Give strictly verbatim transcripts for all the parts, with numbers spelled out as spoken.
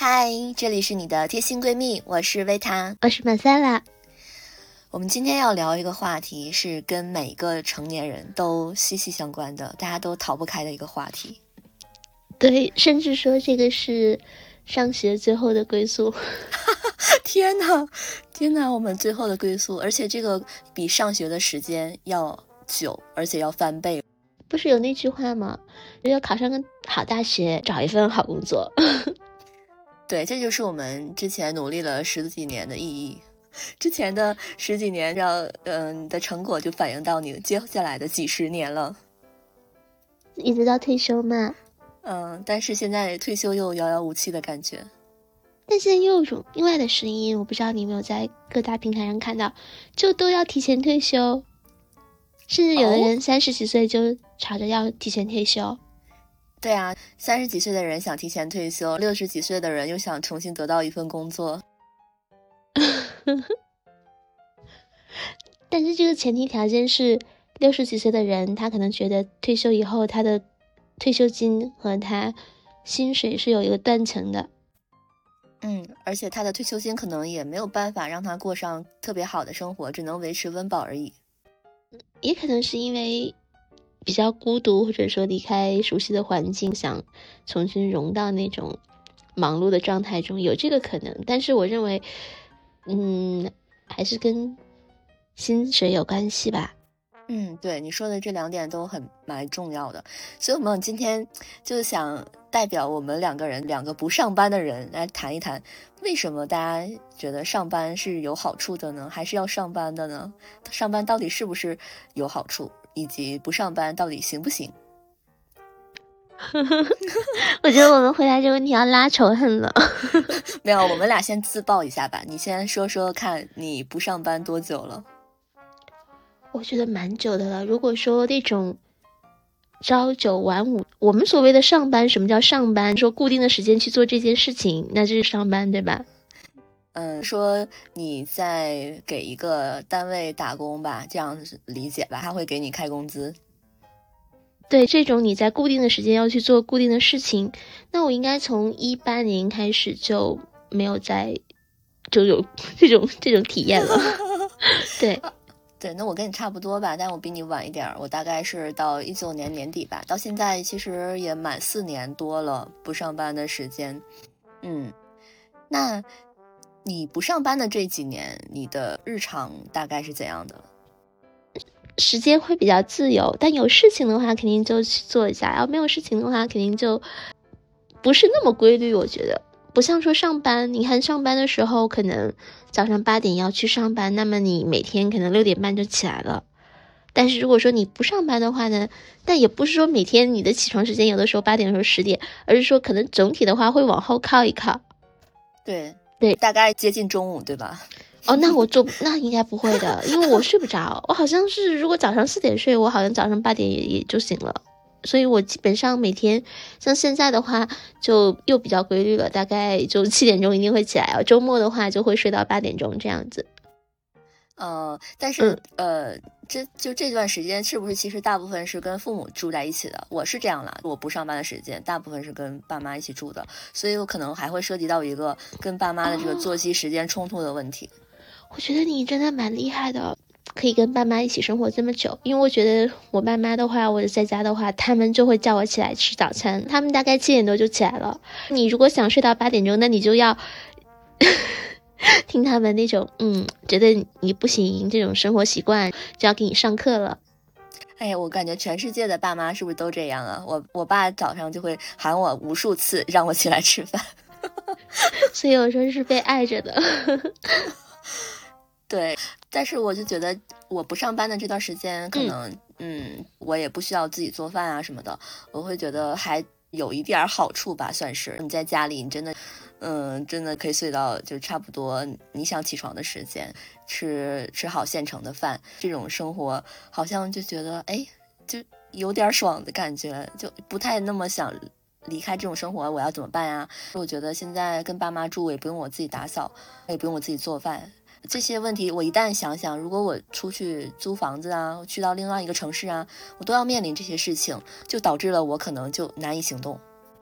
嗨，这里是你的贴心闺蜜，我是维塔， 我是马赛拉。 我们今天要聊一个话题，是跟每个成年人都息息相关的，大家都逃不开的一个话题。 对，甚至说这个是上学最后的归宿。 天哪，天哪，我们最后的归宿，而且这个比上学的时间要久，而且要翻倍。 不是有那句话吗？要考上个好大学，找一份好工作。 对，这就是我们之前努力了十几年的意义。之前的十几年让嗯、呃、的成果就反映到你接下来的几十年了， 一直到退休嘛。 嗯，但是现在退休又遥遥无期的感觉。 但现在又有种另外的声音，我不知道你有没有在各大平台上看到，就都要提前退休，甚至有的人三十几岁就吵着要提前退休。 哦，对啊，三十几岁的人想提前退休，六十几岁的人又想重新得到一份工作。 但是这个前提条件是六十几岁的人，他可能觉得退休以后他的退休金和他薪水是有一个断层的。 嗯，而且他的退休金可能也没有办法让他过上特别好的生活，只能维持温饱而已。 也可能是因为比较孤独，或者说离开熟悉的环境，想重新融到那种忙碌的状态中，有这个可能。但是我认为嗯，还是跟薪水有关系吧。 嗯，对，你说的这两点都很蛮重要的，所以我们今天就想代表我们两个人，两个不上班的人来谈一谈，为什么大家觉得上班是有好处的呢？还是要上班的呢？上班到底是不是有好处，以及不上班到底行不行？ 我觉得我们回答这个问题要拉仇恨了。 没有，我们俩先自曝一下吧，你先说说看你不上班多久了？ 我觉得蛮久的了。如果说那种朝九晚五，我们所谓的上班，什么叫上班？说固定的时间去做这件事情，那就是上班，对吧？ 嗯，说你在给一个单位打工吧，这样理解吧，他会给你开工资。 对，这种你在固定的时间要去做固定的事情，那我应该从一八年开始就没有在就有这种这种体验了。对。 对，那我跟你差不多吧，但我比你晚一点，我大概是到一九年年底吧，到现在其实也满四年多了不上班的时间。嗯，那你不上班的这几年，你的日常大概是怎样的？ 时间会比较自由，但有事情的话肯定就去做一下，要没有事情的话肯定就不是那么规律。我觉得不像说上班，你看上班的时候可能早上八点要去上班，那么你每天可能六点半就起来了。但是如果说你不上班的话呢，但也不是说每天你的起床时间有的时候八点的时候十点，而是说可能总体的话会往后靠一靠。 对对， 大概接近中午，对吧？ 哦，那我做那应该不会的，因为我睡不着。我好像是如果早上四点睡，我好像早上八点也也就醒了。所以我基本上每天像现在的话就又比较规律了，大概就七点钟一定会起来啊，周末的话就会睡到八点钟这样子。 呃，但是、 嗯、 呃，这就这段时间是不是其实大部分是跟父母住在一起的？我是这样啦，我不上班的时间大部分是跟爸妈一起住的，所以我可能还会涉及到一个跟爸妈的这个作息时间冲突的问题。 哦，我觉得你真的蛮厉害的，可以跟爸妈一起生活这么久。因为我觉得我爸妈的话，我在家的话，他们就会叫我起来吃早餐，他们大概七点多就起来了。你如果想睡到八点钟，那你就要听他们那种嗯觉得你不行这种生活习惯，就要给你上课了。 哎呀，我感觉全世界的爸妈是不是都这样啊？我我爸早上就会喊我无数次让我起来吃饭。 所以我说是被爱着的。 对，但是我就觉得我不上班的这段时间可能 嗯, 嗯我也不需要自己做饭啊什么的，我会觉得还有一点好处吧，算是你在家里你真的嗯，真的可以睡到就差不多你想起床的时间，吃吃好现成的饭，这种生活好像就觉得哎就有点爽的感觉，就不太那么想离开这种生活我要怎么办呀？我觉得现在跟爸妈住也不用我自己打扫，也不用我自己做饭，这些问题我一旦想想，如果我出去租房子啊，去到另外一个城市啊，我都要面临这些事情，就导致了我可能就难以行动。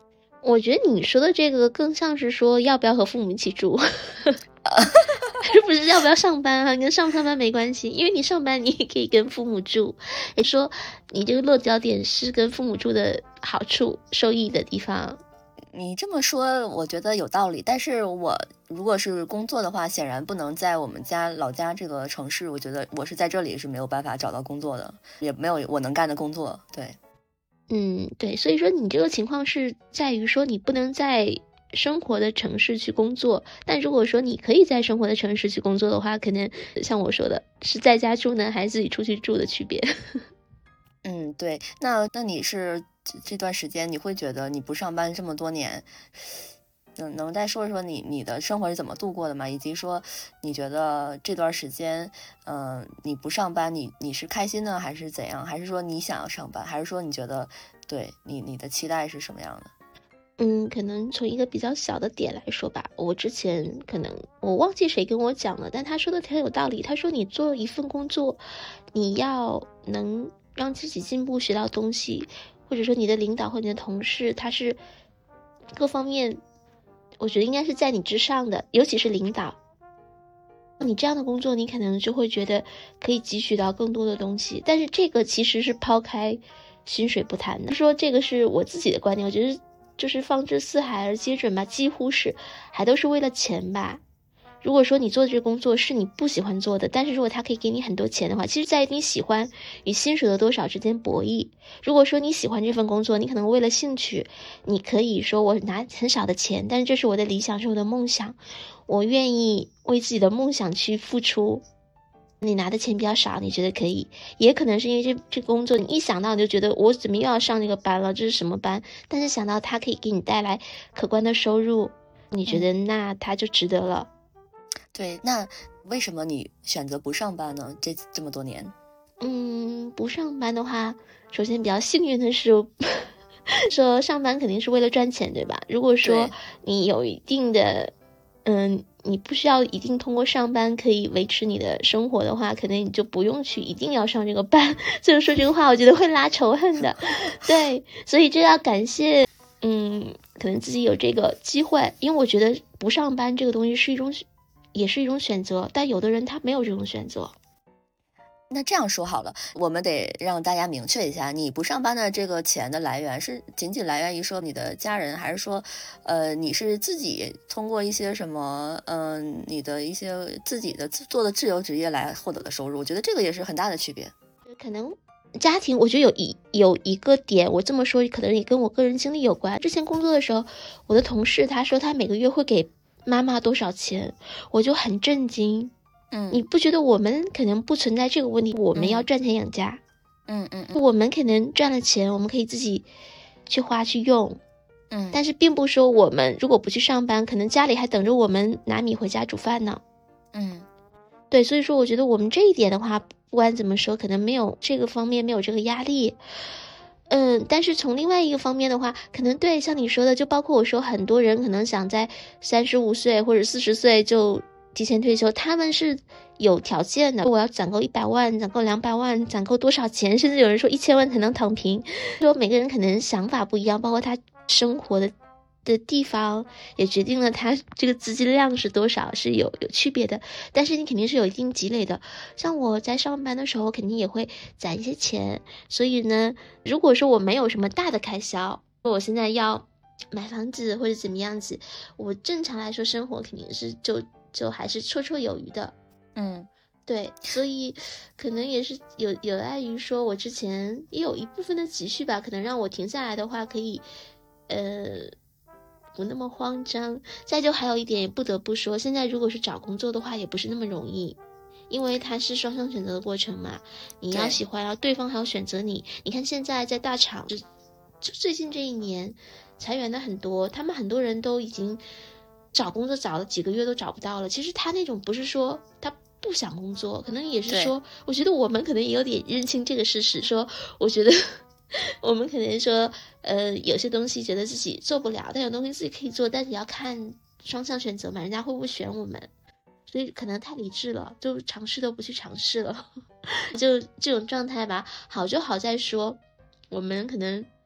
我觉得你说的这个更像是说要不要和父母一起住而不是要不要上班啊，跟上不上班没关系，因为你上班你也可以跟父母住，也说你这个落脚点是跟父母住的好处受益的地方。 你这么说我觉得有道理，但是我如果是工作的话，显然不能在我们家老家这个城市，我觉得我是在这里是没有办法找到工作的，也没有我能干的工作。对， 嗯，对，所以说你这个情况是在于说你不能在生活的城市去工作，但如果说你可以在生活的城市去工作的话，可能像我说的是在家住呢还是自己出去住的区别。 嗯，对，那那你是这段时间你会觉得你不上班这么多年，能能再说一说你你的生活是怎么度过的吗？以及说你觉得这段时间，嗯、呃，你不上班，你你是开心呢，还是怎样？还是说你想要上班？还是说你觉得对你你的期待是什么样的？ 嗯，可能从一个比较小的点来说吧，我之前可能我忘记谁跟我讲了，但他说的很有道理。他说你做一份工作，你要能让自己进步，学到东西，或者说你的领导或你的同事，他是各方面，我觉得应该是在你之上的，尤其是领导。你这样的工作，你可能就会觉得可以汲取到更多的东西，但是这个其实是抛开薪水不谈的。说这个是我自己的观点，我觉得就是放之四海而皆准吧，几乎是还都是为了钱吧。如果说你做的这个工作是你不喜欢做的，但是如果他可以给你很多钱的话，其实在你喜欢与薪水的多少之间博弈。如果说你喜欢这份工作，你可能为了兴趣，你可以说我拿很少的钱，但是这是我的理想，是我的梦想，我愿意为自己的梦想去付出。你拿的钱比较少，你觉得可以，也可能是因为这这工作，你一想到你就觉得我怎么又要上这个班了，这是什么班？但是想到它可以给你带来可观的收入，你觉得那它就值得了。 对，那为什么你选择不上班呢？这这么多年， 嗯，不上班的话，首先比较幸运的是，说上班肯定是为了赚钱，对吧？如果说你有一定的，嗯，你不需要一定通过上班可以维持你的生活的话，可能你就不用去一定要上这个班。所以说这个话，我觉得会拉仇恨的。对，所以这要感谢，嗯，可能自己有这个机会，因为我觉得不上班这个东西是一种。也是一种选择，但有的人他没有这种选择。 那这样说好了，我们得让大家明确一下，你不上班的这个钱的来源是仅仅来源于说你的家人，还是说，呃，你是自己通过一些什么，嗯、呃，你的一些自己的做的自由职业来获得的收入？我觉得这个也是很大的区别。 可能家庭，我觉得有一有一个点，我这么说可能也跟我个人经历有关。之前工作的时候，我的同事他说他每个月会给妈妈多少钱，我就很震惊。 嗯， 你不觉得我们可能不存在这个问题？我们要赚钱养家。 嗯嗯嗯， 我们可能赚了钱，我们可以自己去花去用。 嗯， 但是并不说我们如果不去上班，可能家里还等着我们拿米回家煮饭呢。 嗯， 对，所以说我觉得我们这一点的话，不管怎么说，可能没有这个方面没有这个压力。嗯，但是从另外一个方面的话，可能对像你说的，就包括我说很多人可能想在三十五岁或者四十岁就提前退休，他们是有条件的。我要攒够一百万，攒够两百万，攒够多少钱，甚至有人说一千万才能躺平。说每个人可能想法不一样，包括他生活的的地方也决定了他这个资金量是多少，是有有区别的。但是你肯定是有一定积累的。像我在上班的时候，肯定也会攒一些钱。所以呢，如果说我没有什么大的开销，我现在要买房子或者怎么样子，我正常来说生活肯定是就就还是绰绰有余的。 嗯， 对，所以可能也是有有碍于说我之前也有一部分的积蓄吧，可能让我停下来的话可以呃不那么慌张。再就还有一点也不得不说，现在如果是找工作的话也不是那么容易，因为它是双向选择的过程嘛，你要喜欢，然后对方还要选择你。你看现在在大厂，就就最近这一年裁员的很多，他们很多人都已经找工作找了几个月都找不到了。其实他那种不是说他不想工作，可能也是说，我觉得我们可能也有点认清这个事实，说我觉得我们可能说呃有些东西觉得自己做不了，但有东西自己可以做，但是也要看双向选择嘛，人家会不会选我们。所以可能太理智了，就尝试都不去尝试了就这种状态吧。好就好在说我们可能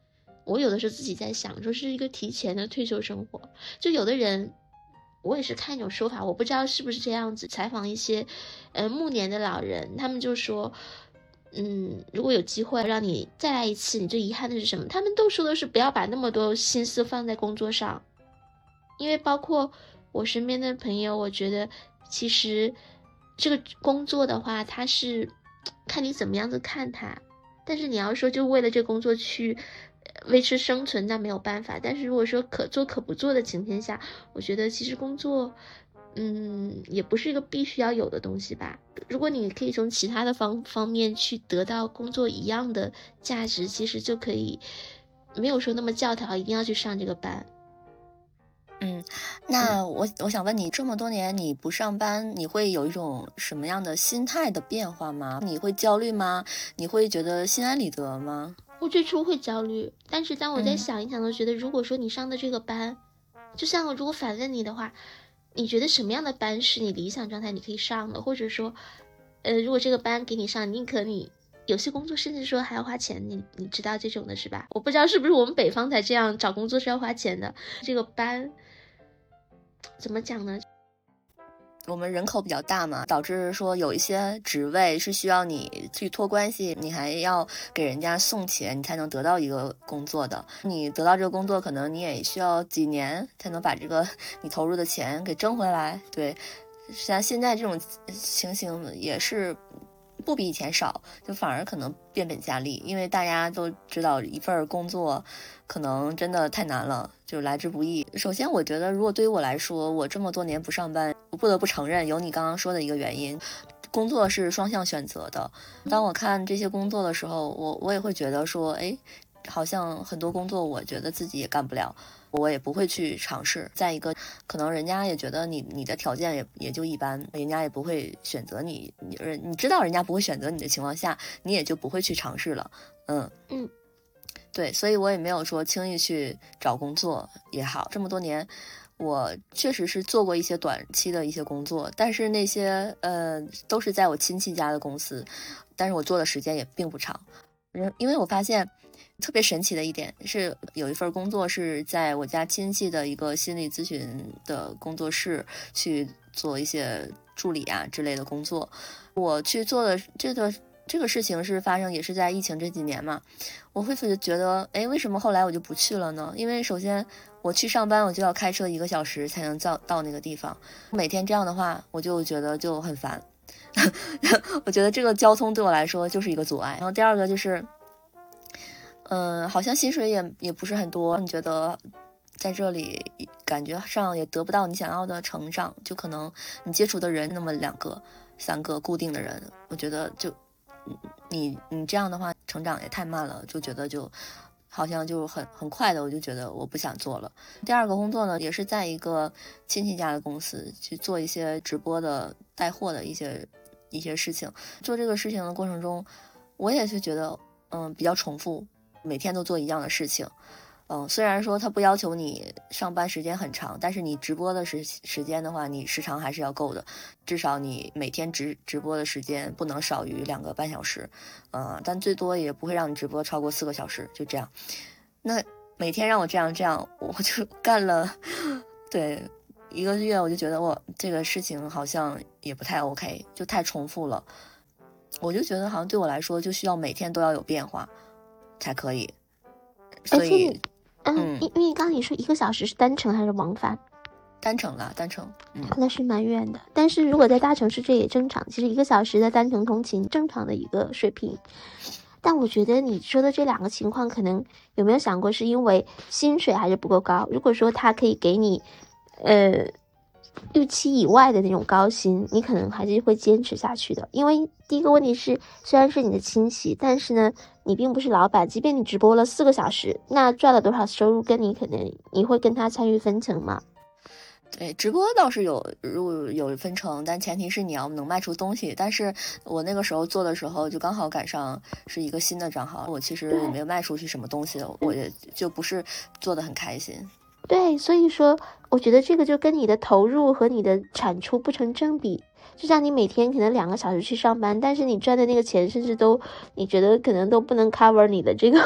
我有的时候自己在想，说是一个提前的退休生活。就有的人，我也是看一种说法，我不知道是不是这样子。采访一些呃暮年的老人，他们就说，嗯，如果有机会让你再来一次，你最遗憾的是什么？他们都说的是不要把那么多心思放在工作上，因为包括我身边的朋友，我觉得其实这个工作的话，它是看你怎么样子看它。但是你要说就为了这工作去维持生存，那没有办法。但是如果说可做可不做的情况下，我觉得其实工作嗯也不是一个必须要有的东西吧。如果你可以从其他的方方面去得到工作一样的价值，其实就可以没有说那么教条一定要去上这个班。 嗯，那我我想问你，这么多年你不上班，你会有一种什么样的心态的变化吗？你会焦虑吗？你会觉得心安理得吗？ 我最初会焦虑，但是当我在想一想，都觉得如果说你上的这个班，就像我如果反问你的话，你觉得什么样的班是你理想状态你可以上的？或者说，呃，如果这个班给你上，宁可你有些工作甚至说还要花钱，你你知道这种的是吧？我不知道是不是我们北方才这样，找工作是要花钱的。这个班怎么讲呢？ 我们人口比较大嘛，导致说有一些职位是需要你去托关系，你还要给人家送钱，你才能得到一个工作的。你得到这个工作，可能你也需要几年才能把这个你投入的钱给挣回来。对，像现在这种情形也是不比以前少，就反而可能变本加厉，因为大家都知道一份工作可能真的太难了，就来之不易。首先我觉得如果对于我来说，我这么多年不上班，我不得不承认有你刚刚说的一个原因，工作是双向选择的。当我看这些工作的时候，我我也会觉得说，哎，好像很多工作我觉得自己也干不了，我也不会去尝试。再一个，可能人家也觉得你你的条件也也就一般，人家也不会选择你，你你知道人家不会选择你的情况下，你也就不会去尝试了。嗯嗯， 对，所以我也没有说轻易去找工作也好。这么多年，我确实是做过一些短期的一些工作，但是那些呃都是在我亲戚家的公司，但是我做的时间也并不长。因为我发现特别神奇的一点是，有一份工作是在我家亲戚的一个心理咨询的工作室去做一些助理啊之类的工作。我去做的这个这个事情是发生也是在疫情这几年嘛，我会觉得，哎，为什么后来我就不去了呢？因为首先我去上班，我就要开车一个小时才能到到那个地方，每天这样的话，我就觉得就很烦。我觉得这个交通对我来说就是一个阻碍。然后第二个就是，嗯，好像薪水也也不是很多，你觉得在这里感觉上也得不到你想要的成长，就可能你接触的人那么两个、三个固定的人，我觉得就你你这样的话成长也太慢了，就觉得就好像就很很快的，我就觉得我不想做了。第二个工作呢，也是在一个亲戚家的公司去做一些直播的带货的一些一些事情。做这个事情的过程中，我也是觉得嗯比较重复，每天都做一样的事情。嗯，虽然说他不要求你上班时间很长，但是你直播的时时间的话，你时长还是要够的，至少你每天直直播的时间不能少于两个半小时，呃，但最多也不会让你直播超过四个小时，就这样。那每天让我这样这样，我就干了，对，一个月，我就觉得我这个事情好像也不太 OK， 就太重复了。我就觉得好像对我来说，就需要每天都要有变化才可以，所以。 嗯，因因为刚刚你说一个小时是单程还是往返？ 单程啦，单程，嗯， 那是蛮远的。但是如果在大城市，这也正常。其实一个小时的单程通勤，正常的一个水平。但我觉得你说的这两个情况，可能有没有想过是因为薪水还是不够高？如果说他可以给你，呃，预期以外的那种高薪，你可能还是会坚持下去的。因为第一个问题是，虽然是你的亲戚，但是呢，你并不是老板。即便你直播了四个小时，那赚了多少收入，跟你可能你会跟他参与分成吗？ 对，直播倒是有入有分成，但前提是你要能卖出东西。但是我那个时候做的时候，就刚好赶上是一个新的账号，我其实也没有卖出去什么东西的，我也就不是做得很开心。 对，所以说我觉得这个就跟你的投入和你的产出不成正比。就像你每天可能两个小时去上班，但是你赚的那个钱甚至都你觉得可能都不能 cover 你的这个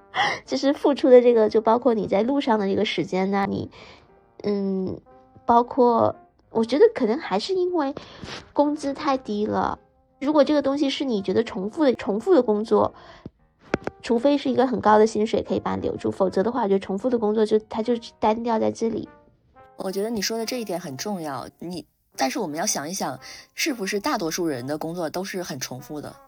就是付出的这个，就包括你在路上的这个时间呢，你，嗯，包括我觉得可能还是因为工资太低了。如果这个东西是你觉得重复的重复的工作，除非是一个很高的薪水可以把你留住，否则的话，我觉得重复的工作就它就单调在这里。 我觉得你说的这一点很重要，你但是我们要想一想，是不是大多数人的工作都是很重复的？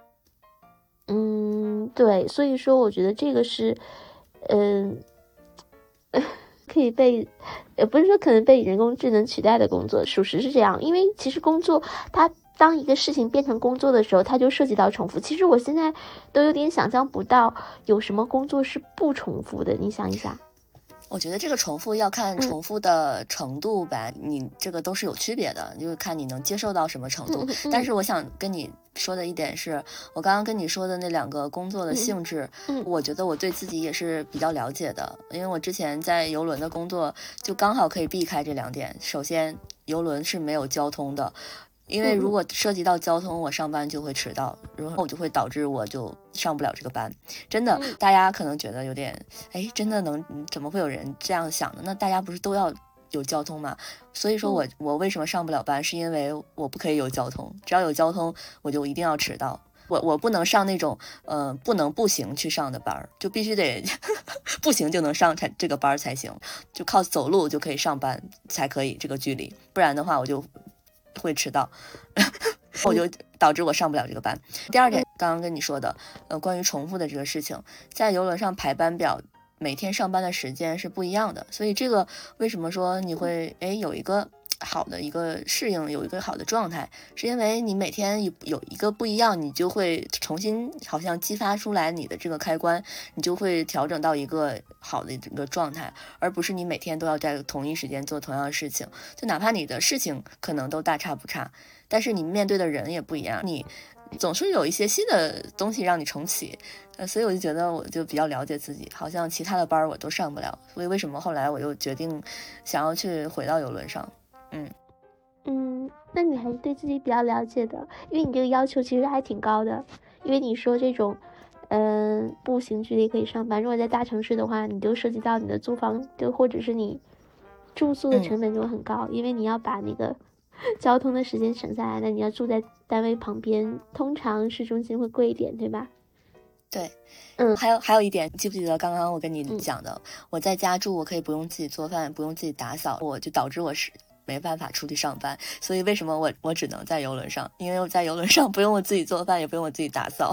嗯，对，所以说我觉得这个是，嗯、呃，可以被，也不是说可能被人工智能取代的工作，属实是这样。因为其实工作它当一个事情变成工作的时候，它就涉及到重复。其实我现在都有点想象不到有什么工作是不重复的，你想一下。 我觉得这个重复要看重复的程度吧，嗯、你这个都是有区别的，就是看你能接受到什么程度。 嗯嗯、 但是我想跟你说的一点是，我刚刚跟你说的那两个工作的性质， 嗯嗯、 我觉得我对自己也是比较了解的，因为我之前在邮轮的工作就刚好可以避开这两点。首先，邮轮是没有交通的。因为如果涉及到交通，我上班就会迟到，然后我就会导致我就上不了这个班。真的，大家可能觉得有点，哎，真的能怎么会有人这样想的？那大家不是都要有交通吗？所以说我我为什么上不了班，是因为我不可以有交通，只要有交通，我就一定要迟到。我我不能上那种呃不能步行去上的班，就必须得步行就能上才这个班才行，就靠走路就可以上班才可以这个距离，不然的话我就会迟到，我就导致我上不了这个班。第二点，刚刚跟你说的，呃，关于重复的这个事情，在邮轮上排班表，每天上班的时间是不一样的，所以这个为什么说你会哎有一个好的一个适应，有一个好的状态，是因为你每天有一个不一样，你就会重新好像激发出来你的这个开关，你就会调整到一个好的一个状态，而不是你每天都要在同一时间做同样的事情。就哪怕你的事情可能都大差不差，但是你面对的人也不一样，你总是有一些新的东西让你重启。呃，所以我就觉得我就比较了解自己，好像其他的班我都上不了，所以为什么后来我又决定想要去回到邮轮上。嗯嗯，那你还是对自己比较了解的，因为你这个要求其实还挺高的。因为你说这种，嗯、呃，步行距离可以上班，如果在大城市的话，你就涉及到你的租房，就或者是你住宿的成本就很高，嗯、因为你要把那个交通的时间省下来，那你要住在单位旁边，通常市中心会贵一点，对吧？ 对， 嗯， 还有还有一点，记不记得刚刚我跟你讲的，嗯、我在家住，我可以不用自己做饭，不用自己打扫，我就导致我是没办法出去上班。所以为什么我我只能在邮轮上？因为我在邮轮上不用我自己做饭，也不用我自己打扫。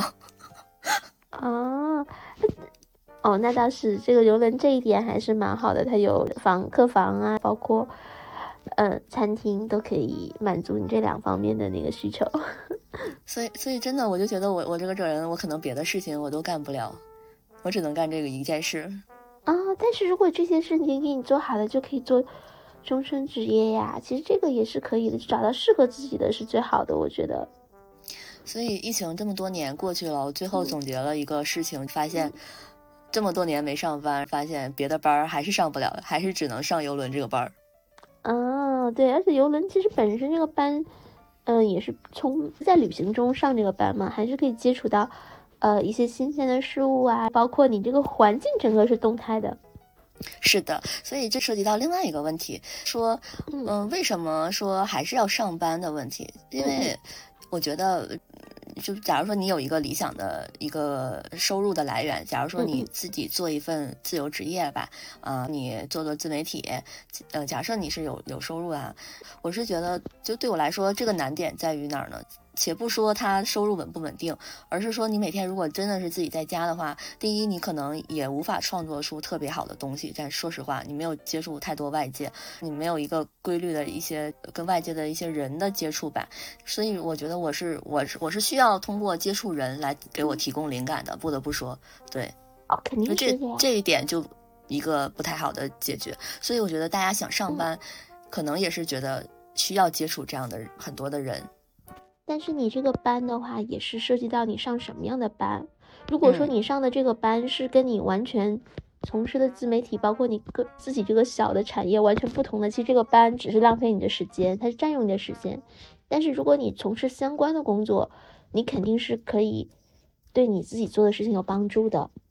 哦，哦，那倒是，这个邮轮这一点还是蛮好的，它有房客房啊，包括呃餐厅都可以满足你这两方面的那个需求。 所以，所以真的，我就觉得我我这个人，我可能别的事情我都干不了，我只能干这个一件事。 啊、哦，但是如果这些事情给你做好了，就可以做终身职业呀。其实这个也是可以的，找到适合自己的是最好的，我觉得。 所以疫情这么多年过去了，我最后总结了一个事情，嗯、发现这么多年没上班，发现别的班还是上不了，还是只能上邮轮这个班。 啊，对，而且邮轮其实本身这个班。嗯，也是从在旅行中上这个班嘛，还是可以接触到，呃，一些新鲜的事物啊，包括你这个环境整个是动态的。 是的，所以这涉及到另外一个问题，说，嗯、呃，为什么说还是要上班的问题？因为我觉得，就假如说你有一个理想的一个收入的来源，假如说你自己做一份自由职业吧，啊、呃，你做做自媒体，呃，假设你是有有收入啊，我是觉得，就对我来说，这个难点在于哪儿呢？且不说它收入稳不稳定，而是说你每天如果真的是自己在家的话，第一你可能也无法创作出特别好的东西，但说实话你没有接触太多外界，你没有一个规律的一些跟外界的一些人的接触吧，所以我觉得我是我是我是需要通过接触人来给我提供灵感的，不得不说，对， 哦，肯定是这这一点就一个不太好的解决，所以我觉得大家想上班，嗯、可能也是觉得需要接触这样的很多的人。 但是你这个班的话，也是涉及到你上什么样的班。如果说你上的这个班是跟你完全从事的自媒体，包括你个自己这个小的产业完全不同的，其实这个班只是浪费你的时间，它是占用你的时间。但是如果你从事相关的工作，你肯定是可以对你自己做的事情有帮助的。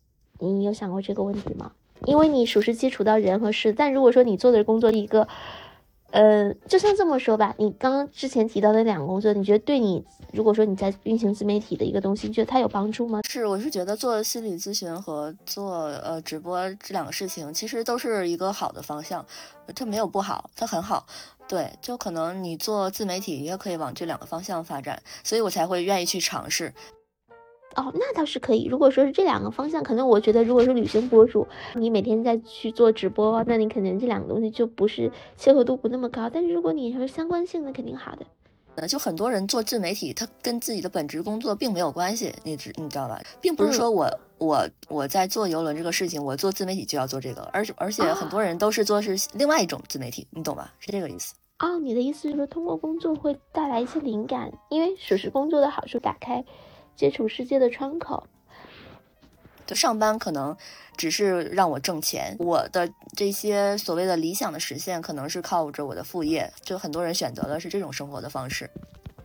你有想过这个问题吗？因为你属实接触到人和事，但如果说你做的工作一个呃，就像这么说吧，你刚刚之前提到的两个工作，你觉得对你，如果说你在运行自媒体的一个东西，你觉得它有帮助吗？ 是，我是觉得做心理咨询和做呃直播这两个事情，其实都是一个好的方向，它没有不好，它很好。对，就可能你做自媒体也可以往这两个方向发展，所以我才会愿意去尝试。 哦，那倒是可以。如果说是这两个方向，可能我觉得，如果是旅行博主，你每天在去做直播，那你可能这两个东西就不是切合度不那么高。但是如果你是相关性的，肯定好的。 呃，就很多人做自媒体，他跟自己的本职工作并没有关系，你知你知道吧？并不是说我、嗯、我我在做邮轮这个事情，我做自媒体就要做这个，而而且很多人都是做是另外一种自媒体，你懂吧？是这个意思。 哦，你的意思是说，通过工作会带来一些灵感，因为属实工作的好处，打开接触世界的窗口。 对，上班可能只是让我挣钱，我的这些所谓的理想的实现，可能是靠着我的副业。就很多人选择的是这种生活的方式。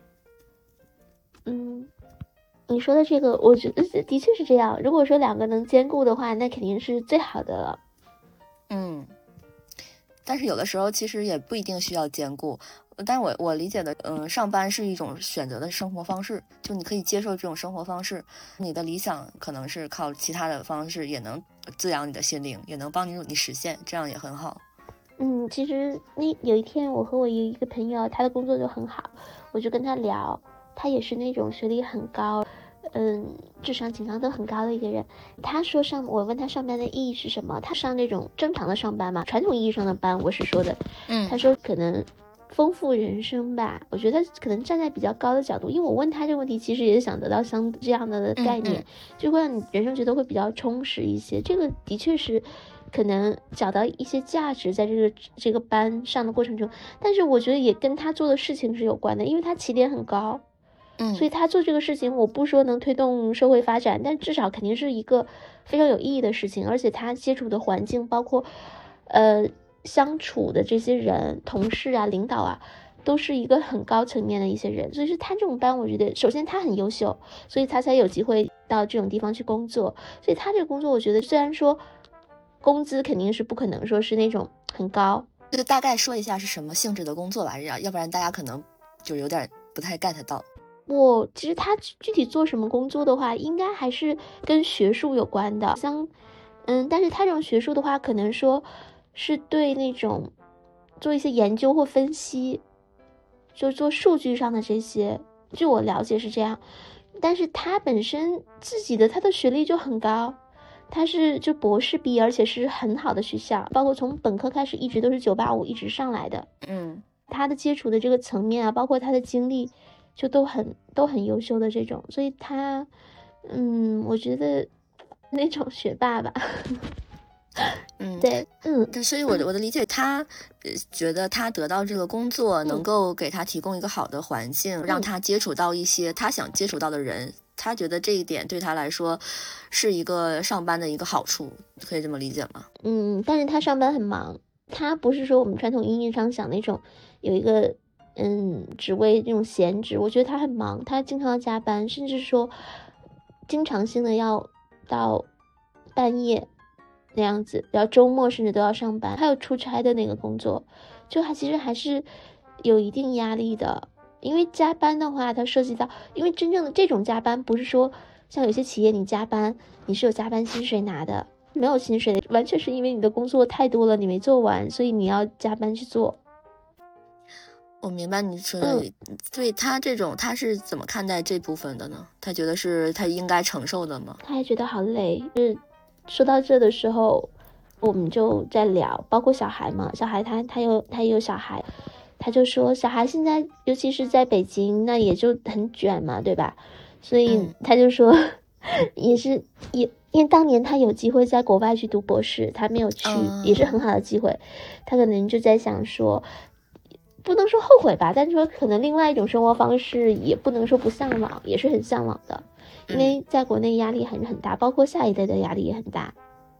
嗯，你说的这个，我觉得的确是这样。如果说两个能兼顾的话，那肯定是最好的了。 嗯，但是有的时候其实也不一定需要兼顾。但我我理解的，嗯，上班是一种选择的生活方式，就你可以接受这种生活方式，你的理想可能是靠其他的方式也能滋养你的心灵，也能帮你你实现，这样也很好。 嗯，其实那有一天我和我有一个朋友，他的工作就很好，我就跟他聊，他也是那种学历很高，嗯，智商情商都很高的一个人。他说上，我问他上班的意义是什么，他上那种正常的上班嘛，传统意义上的班，我是说的， 嗯， 他说可能丰富人生吧。我觉得他可能站在比较高的角度，因为我问他这个问题，其实也是想得到像这样的概念， 嗯嗯就会让你人生觉得会比较充实一些。这个的确是可能找到一些价值在这个这个班上的过程中，但是我觉得也跟他做的事情是有关的，因为他起点很高。 嗯， 所以他做这个事情，我不说能推动社会发展，但至少肯定是一个非常有意义的事情。而且他接触的环境，包括呃相处的这些人、同事啊、领导啊，都是一个很高层面的一些人。所以是他这种班，我觉得首先他很优秀，所以他才有机会到这种地方去工作。所以他这个工作，我觉得虽然说工资肯定是不可能说是那种很高， 就大概说一下是什么性质的工作吧，要要不然大家可能就有点不太 get 到。 我其实他具体做什么工作的话，应该还是跟学术有关的，像，嗯，但是他这种学术的话，可能说是对那种做一些研究或分析，就做数据上的这些，据我了解是这样。但是他本身自己的他的学历就很高，他是就博士毕业，而且是很好的学校，包括从本科开始一直都是九八五一直上来的。 嗯， 他的接触的这个层面啊，包括他的经历。就都很都很优秀的这种，所以他，嗯，我觉得那种学霸吧， 嗯， 对，嗯， 对，所以我的我的理解，他呃觉得他得到这个工作能够给他提供一个好的环境， 嗯、 让他接触到一些他想接触到的人，他觉得这一点对他来说是一个上班的一个好处，可以这么理解吗？ 嗯，但是他上班很忙，他不是说我们传统意义上想那种有一个。嗯，职位这种闲职，我觉得他很忙，他经常要加班，甚至说经常性的要到半夜那样子，然后周末甚至都要上班，还有出差的那个工作，就还其实还是有一定压力的。因为加班的话，它涉及到，因为真正的这种加班不是说像有些企业你加班你是有加班薪水拿的，没有薪水的，完全是因为你的工作太多了，你没做完，所以你要加班去做。 我明白你说的， 嗯、 对他这种他是怎么看待这部分的呢？他觉得是他应该承受的吗？ 他还觉得好累。就是说到这的时候，我们就在聊，包括小孩嘛，小孩他他有他也有小孩，他就说小孩现在尤其是在北京，那也就很卷嘛，对吧？所以他就说，嗯、也是也因为当年他有机会在国外去读博士，他没有去，嗯、也是很好的机会。他可能就在想说。不能说后悔吧，但是说可能另外一种生活方式也不能说不向往，也是很向往的，因为在国内压力还是很大，包括下一代的压力也很大。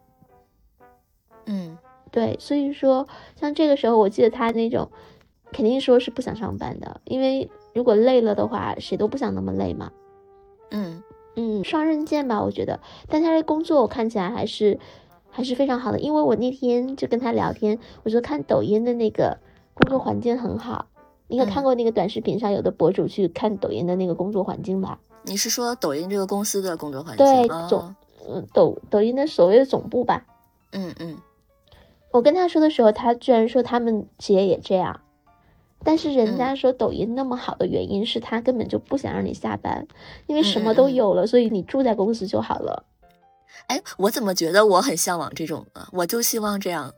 嗯， 对，所以说像这个时候，我记得他那种肯定说是不想上班的，因为如果累了的话，谁都不想那么累嘛。 嗯嗯，双刃剑吧，我觉得。但他的工作我看起来还是还是非常好的，因为我那天就跟他聊天，我说看抖音的那个工作环境很好。你有看过那个短视频上有的博主去看抖音的那个工作环境吧？ 你是说抖音这个公司的工作环境？ 对， 哦、 总嗯抖抖音的所谓的总部吧。 嗯嗯。 我跟他说的时候，他居然说他们企业也这样。但是人家说抖音那么好的原因是他根本就不想让你下班，因为什么都有了，所以你住在公司就好了。 哎，我怎么觉得我很向往这种呢？我就希望这样。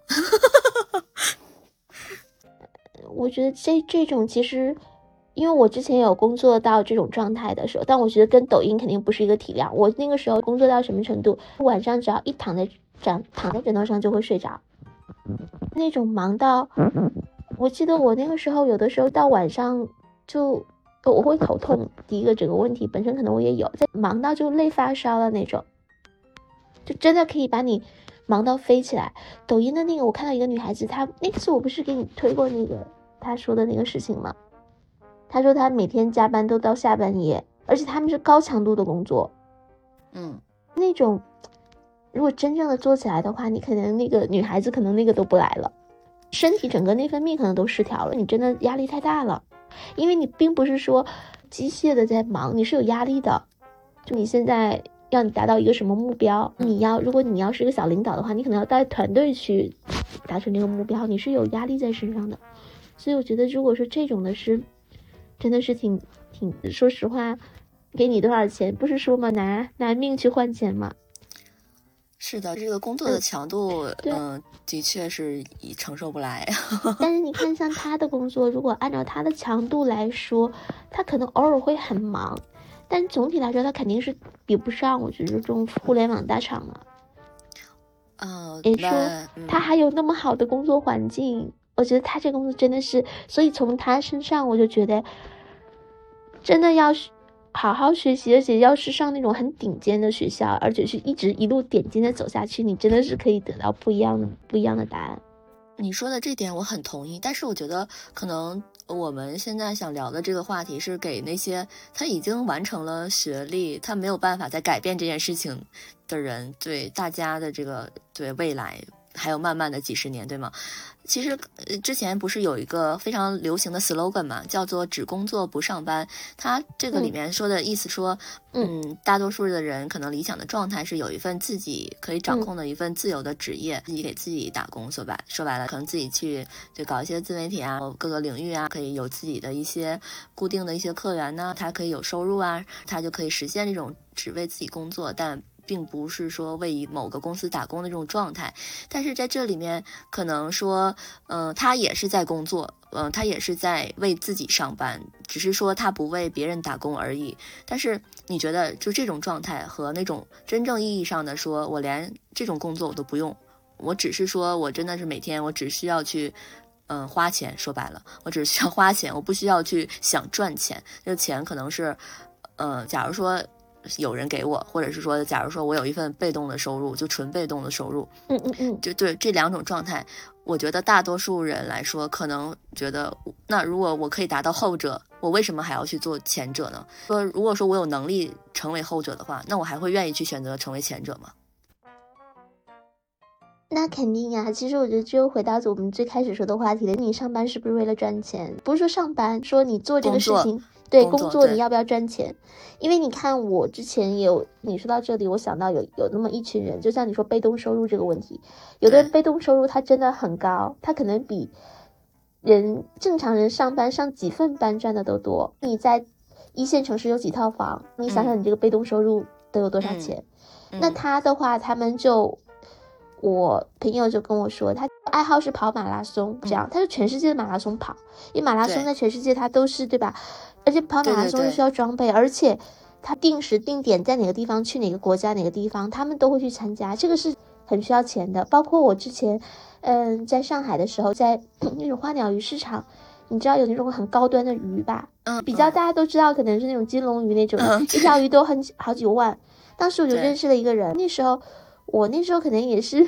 我觉得这这种其实，因为我之前有工作到这种状态的时候，但我觉得跟抖音肯定不是一个体量。我那个时候工作到什么程度，晚上只要一躺在枕躺在枕头上就会睡着，那种忙到。我记得我那个时候有的时候到晚上就我会头痛，第一个这个问题本身可能我也有，在忙到就累发烧了那种，就真的可以把你忙到飞起来。抖音的那个我看到一个女孩子，她那次我不是给你推过那个她说的那个事情吗？她说她每天加班都到下半夜，而且他们是高强度的工作， 嗯， 那种如果真正的做起来的话，你可能那个女孩子可能那个都不来了，身体整个内分泌可能都失调了，你真的压力太大了。因为你并不是说机械的在忙，你是有压力的。就你现在要你达到一个什么目标，你要如果你要是一个小领导的话，你可能要带团队去达成这个目标，你是有压力在身上的。所以我觉得如果说这种的是真的是挺挺说实话，给你多少钱不是说嘛，拿拿命去换钱嘛。 是的，这个工作的强度， 嗯、 呃，的确是承受不来。 但是你看，像他的工作，如果按照他的强度来说，他可能偶尔会很忙，但总体来说，他肯定是比不上我觉得这种互联网大厂了。 嗯， 也说他还有那么好的工作环境，我觉得他这个工作真的是，所以从他身上我就觉得，真的要是。好好学习，而且要是上那种很顶尖的学校，而且是一直一路点尖的走下去，你真的是可以得到不一样的不一样的答案。 你说的这点我很同意，但是我觉得可能我们现在想聊的这个话题是给那些他已经完成了学历，他没有办法再改变这件事情的人，对大家的这个对未来还有漫漫的几十年，对吗？其实之前不是有一个非常流行的 slogan 嘛，叫做只工作不上班。它这个里面说的意思说，嗯, 嗯，大多数的人可能理想的状态是有一份自己可以掌控的一份自由的职业，嗯、自己给自己打工。说白说白了，可能自己去就搞一些自媒体啊，各个领域啊，可以有自己的一些固定的一些客源呢，他可以有收入啊，他就可以实现这种只为自己工作，但并不是说为某个公司打工的这种状态。但是在这里面可能说嗯、呃，他也是在工作，嗯、呃，他也是在为自己上班，只是说他不为别人打工而已。但是你觉得就这种状态和那种真正意义上的说我连这种工作我都不用，我只是说我真的是每天我只需要去嗯花钱，说白了我只需要花钱，我不需要去想赚钱。这个钱可能是呃，假如说有人给我，或者是说假如说我有一份被动的收入，就纯被动的收入， 嗯嗯嗯， 就对这两种状态，我觉得大多数人来说可能觉得，那如果我可以达到后者，我为什么还要去做前者呢？说如果说我有能力成为后者的话，那我还会愿意去选择成为前者吗？ 那肯定呀，其实我觉得就回到我们最开始说的话题了，你上班是不是为了赚钱？不是说上班，说你做这个事情，对工作你要不要赚钱？因为你看我之前也有，你说到这里，我想到有有那么一群人，就像你说被动收入这个问题，有的人被动收入他真的很高，他可能比人正常人上班上几份班赚的都多。你在一线城市有几套房，你想想你这个被动收入都有多少钱？嗯嗯、那他的话，他们就。我朋友就跟我说，他爱好是跑马拉松，这样他就全世界的马拉松跑，因为马拉松在全世界他都是 对, 对吧？而且跑马拉松是需要装备，对对对，而且他定时定点在哪个地方去哪个国家哪个地方，他们都会去参加，这个是很需要钱的。包括我之前，嗯，在上海的时候，在那种花鸟鱼市场，你知道有那种很高端的鱼吧？ 嗯， 比较大家都知道，可能是那种金龙鱼那种， 嗯、 一条鱼都很好几万。当时我就认识了一个人，那时候。我那时候可能也是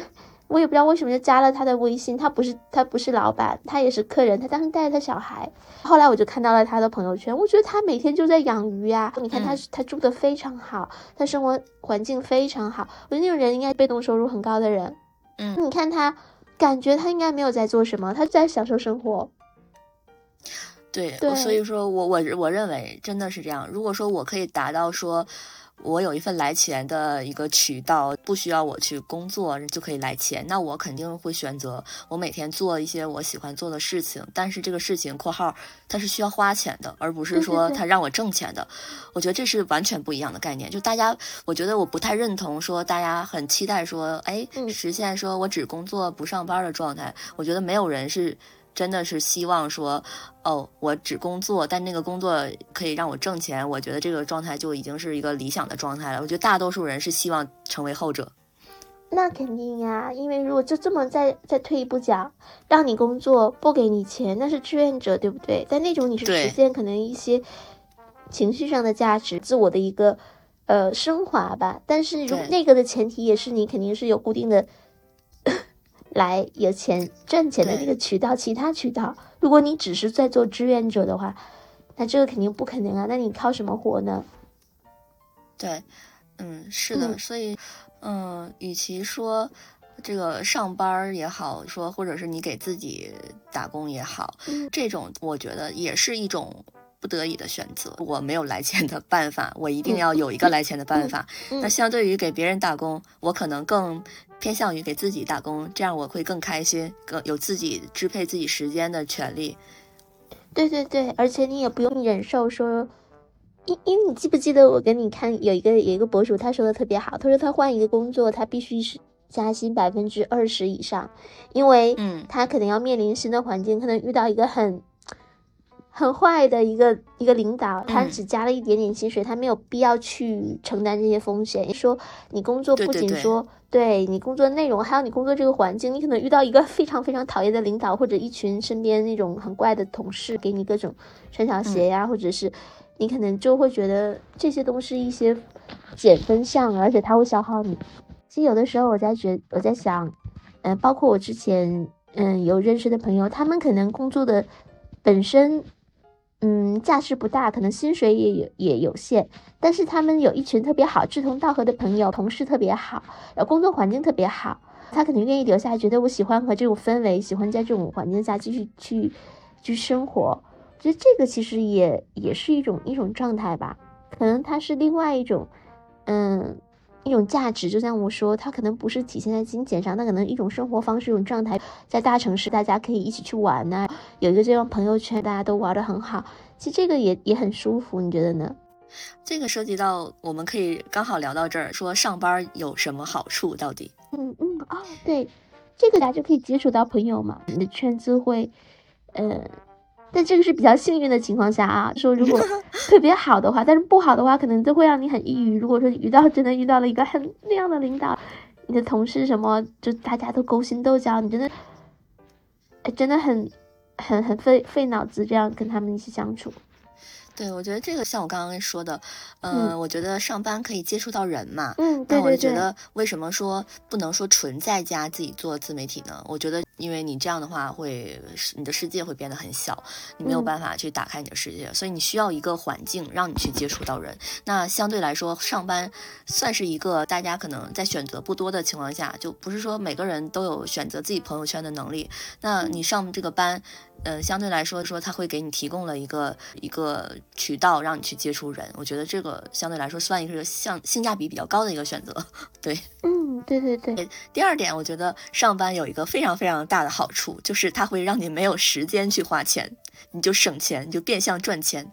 我也不知道为什么就加了他的微信，他不是他不是老板，他也是客人，他当时带着他小孩。后来我就看到了他的朋友圈，我觉得他每天就在养鱼呀、啊。你看他、嗯、他住的非常好，他生活环境非常好，我觉得那种人应该被动收入很高的人。 嗯， 你看他，感觉他应该没有在做什么，他在享受生活。 对，对，所以说我我我认为真的是这样。如果说我可以达到说我有一份来钱的一个渠道，不需要我去工作就可以来钱，那我肯定会选择我每天做一些我喜欢做的事情。但是这个事情括号它是需要花钱的，而不是说它让我挣钱的。我觉得这是完全不一样的概念。就大家，我觉得我不太认同说大家很期待说，哎，实现说我只工作不上班的状态。我觉得没有人是真的是希望说，哦，我只工作，但那个工作可以让我挣钱，我觉得这个状态就已经是一个理想的状态了。我觉得大多数人是希望成为后者。 那肯定呀，因为如果就这么再再退一步讲，让你工作不给你钱，那是志愿者，对不对？但那种你是实现可能一些情绪上的价值，自我的一个呃升华吧。但是如那个的前提也是你肯定是有固定的来有钱赚钱的这个渠道，其他渠道，如果你只是在做志愿者的话，那这个肯定不可能啊。那你靠什么活呢？ 对，嗯，是的，嗯、所以，嗯，与其说这个上班也好，说或者是你给自己打工也好， 嗯、 这种我觉得也是一种不得已的选择。我没有来钱的办法，我一定要有一个来钱的办法。 嗯嗯、 那相对于给别人打工，我可能更偏向于给自己打工，这样我会更开心，更有自己支配自己时间的权利。 对对对，而且你也不用忍受说，因因为你记不记得我跟你看有一个有一个博主他说的特别好，他说他换一个工作，他必须是加薪百分之二十以上，因为嗯， 他可能要面临新的环境，可能遇到一个很很坏的一个一个领导，他只加了一点点薪水，嗯、他没有必要去承担这些风险。说你工作不仅说。 对对对对你工作内容，还有你工作这个环境，你可能遇到一个非常非常讨厌的领导，或者一群身边那种很怪的同事，给你各种穿小鞋呀、啊嗯，或者是你可能就会觉得这些都是一些减分项，而且它会消耗你。其实有的时候我在觉，我在想，嗯、呃，包括我之前嗯有认识的朋友，他们可能工作的本身。嗯，价值不大，可能薪水也有也有限，但是他们有一群特别好、志同道合的朋友，同事特别好，然后工作环境特别好，他可能愿意留下来，觉得我喜欢和这种氛围，喜欢在这种环境下继续去去生活。我觉得这个其实也也是一种一种状态吧，可能它是另外一种，嗯。一种价值，就像我说，它可能不是体现在金钱上，那可能一种生活方式，一种状态。在大城市，大家可以一起去玩呐、啊，有一个这样朋友圈，大家都玩得很好。其实这个也也很舒服，你觉得呢？ 这个涉及到，我们可以刚好聊到这儿，说上班有什么好处？到底？ 嗯嗯哦，对，这个大家就可以接触到朋友嘛，你的圈子会，呃。但这个是比较幸运的情况下啊，说如果特别好的话，但是不好的话，可能都会让你很抑郁。如果说遇到真的遇到了一个很那样的领导，你的同事什么，就大家都勾心斗角，你真的，哎，真的很很很费费脑子，这样跟他们一起相处。 对，我觉得这个像我刚刚说的，呃、嗯，我觉得上班可以接触到人嘛， 嗯，对对对。 那我就觉得为什么说不能说纯在家自己做自媒体呢？我觉得因为你这样的话会，你的世界会变得很小，你没有办法去打开你的世界，嗯、所以你需要一个环境让你去接触到人。那相对来说，上班算是一个大家可能在选择不多的情况下，就不是说每个人都有选择自己朋友圈的能力。那你上这个班。呃，相对来说说，它会给你提供了一个一个渠道，让你去接触人。我觉得这个相对来说算一个像性价比比较高的一个选择。对， 嗯，对对对。 第二点，我觉得上班有一个非常非常大的好处，就是它会让你没有时间去花钱，你就省钱，你就变相赚钱。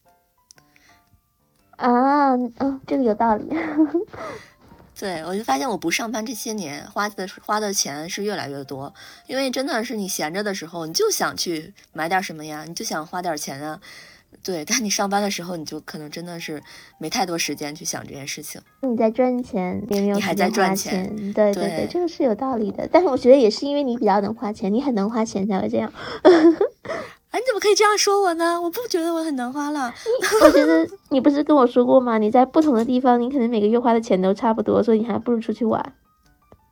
啊，嗯，这个有道理。 对，我就发现我不上班这些年花的花的钱是越来越多，因为真的是你闲着的时候，你就想去买点什么呀，你就想花点钱啊。对，但你上班的时候，你就可能真的是没太多时间去想这件事情。 你在赚钱，也没有你还在赚钱， 对对对对，这个是有道理的。但是我觉得也是因为你比较能花钱，你很能花钱才会这样。 哎，你怎么可以这样说我呢？我不觉得我很能花了。 我觉得你不是跟我说过吗？你在不同的地方，你可能每个月花的钱都差不多，所以你还不如出去玩。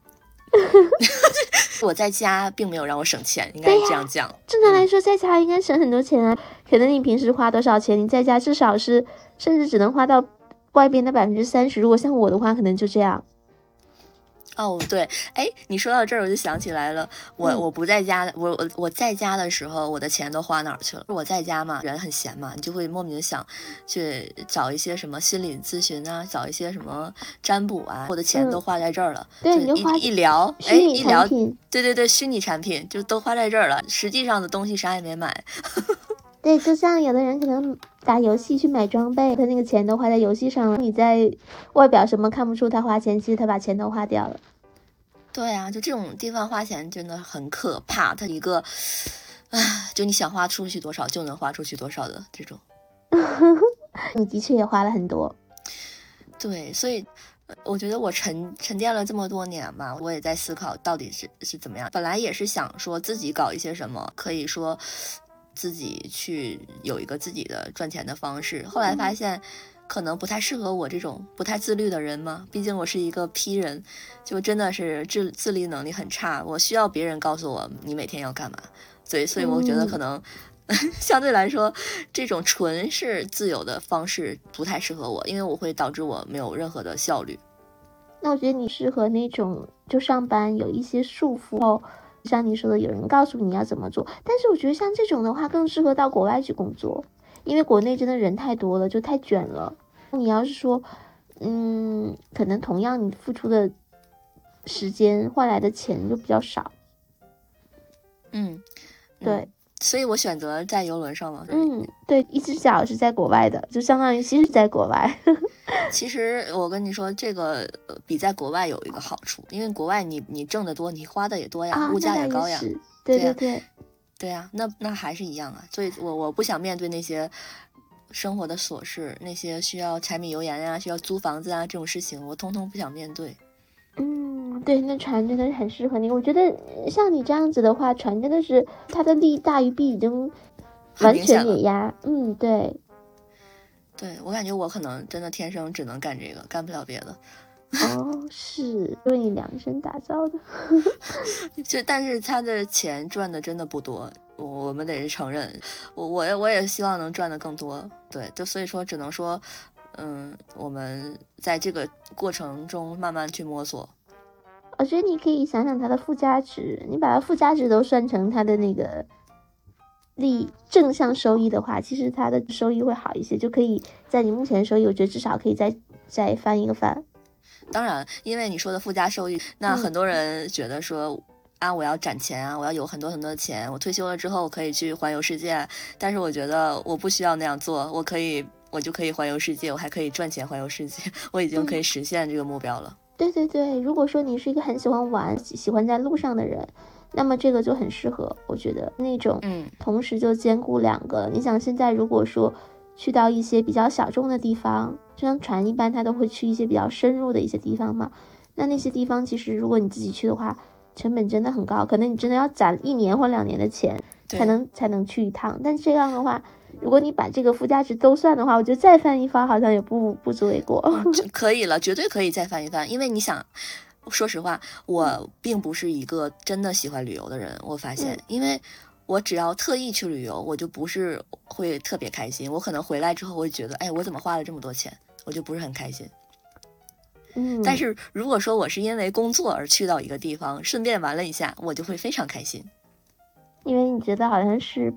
我在家并没有让我省钱，应该是这样讲。 正常来说，在家应该省很多钱啊。可能你平时花多少钱，你在家至少是，甚至只能花到外边的百分之三十。如果像我的话，可能就这样。 哦，对，哎，你说到这儿，我就想起来了，我、嗯、我不在家，我我我在家的时候，我的钱都花哪儿去了？我在家嘛，人很闲嘛，你就会莫名的想去找一些什么心理咨询啊，找一些什么占卜啊，我的钱都花在这儿了。 嗯、对， 就你就花一一聊，哎，一聊，对对对，虚拟产品就都花在这儿了，实际上的东西啥也没买。 对，就像有的人可能打游戏去买装备，他那个钱都花在游戏上了，你在外表什么看不出他花钱，其实他把钱都花掉了。 对啊，就这种地方花钱真的很可怕，它一个，啊，就你想花出去多少就能花出去多少的这种。 你的确也花了很多。 对，所以我觉得我沉沉淀了这么多年嘛，我也在思考到底是是怎么样。本来也是想说自己搞一些什么，可以说自己去有一个自己的赚钱的方式，后来发现可能不太适合我这种不太自律的人嘛，毕竟我是一个 P 人，就真的是自自律能力很差，我需要别人告诉我你每天要干嘛，所以所以我觉得可能、嗯、相对来说这种纯是自由的方式不太适合我，因为我会导致我没有任何的效率。 那我觉得你适合那种就上班有一些束缚后，像你说的有人告诉你要怎么做，但是我觉得像这种的话更适合到国外去工作，因为国内真的人太多了，就太卷了。你要是说嗯，可能同样你付出的时间换来的钱就比较少。 嗯， 对、 嗯、所以我选择在邮轮上嘛。 嗯，对，一只脚是在国外的，就相当于其实在国外。 其实我跟你说，这个比在国外有一个好处，因为国外你你挣得多，你花的也多呀， 啊、 物价也高呀。 对对对， 对呀、啊，那那还是一样啊。所以我我不想面对那些生活的琐事，那些需要柴米油盐呀、需要租房子啊这种事情，我通通不想面对。 嗯，对，那船真的是很适合你。我觉得像你这样子的话，船真的是它的利大于弊已经完全碾压。嗯，对。 对，我感觉我可能真的天生只能干这个，干不了别的。 哦，是为你量身打造的。 就但是他的钱赚的真的不多，我我们得是承认。我我也我也希望能赚的更多。对，就所以说只能说，嗯，我们在这个过程中慢慢去摸索。 我觉得你可以想想它的附加值，你把它附加值都算成它的那个利正向收益的话，其实它的收益会好一些，就可以在你目前的收益，我觉得至少可以再再翻一个番。 当然，因为你说的附加收益，那很多人觉得说、嗯、啊，我要攒钱啊，我要有很多很多的钱，我退休了之后可以去环游世界。但是我觉得我不需要那样做，我可以，我就可以环游世界，我还可以赚钱环游世界，我已经可以实现这个目标了。 嗯、对对对，如果说你是一个很喜欢玩、喜欢在路上的人，那么这个就很适合。我觉得那种， 嗯， 同时就兼顾两个。你想现在如果说去到一些比较小众的地方，就像船一般，它都会去一些比较深入的一些地方嘛。那那些地方其实如果你自己去的话，成本真的很高，可能你真的要攒一年或两年的钱才能才能去一趟。但这样的话，如果你把这个附加值都算的话，我觉得再翻一番好像也不不足为过。 嗯、可以了，绝对可以再翻一番。因为你想，说实话，我并不是一个真的喜欢旅游的人，我发现，嗯、因为我只要特意去旅游，我就不是会特别开心。我可能回来之后，我会觉得，哎，我怎么花了这么多钱？我就不是很开心。 嗯， 但是如果说我是因为工作而去到一个地方，顺便玩了一下，我就会非常开心。 因为你觉得好像是，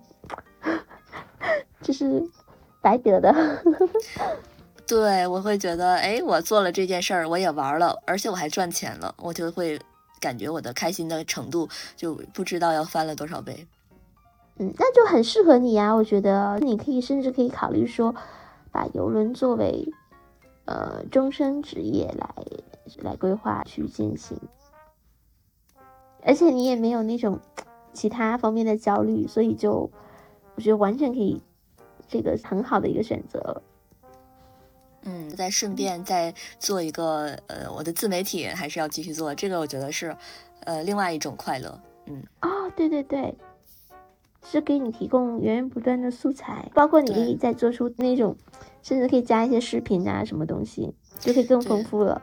就是白得的。 对，我会觉得，哎，我做了这件事儿，我也玩了，而且我还赚钱了，我就会感觉我的开心的程度就不知道要翻了多少倍。 嗯，那就很适合你呀、啊，我觉得你可以甚至可以考虑说，把邮轮作为呃终身职业来来规划去进行，而且你也没有那种其他方面的焦虑，所以就我觉得完全可以，这个很好的一个选择。 嗯，再顺便再做一个呃我的自媒体还是要继续做，这个我觉得是呃另外一种快乐。嗯， 哦，对对对。是给你提供源源不断的素材，包括你可以再做出那种，甚至可以加一些视频啊，什么东西就可以更丰富了。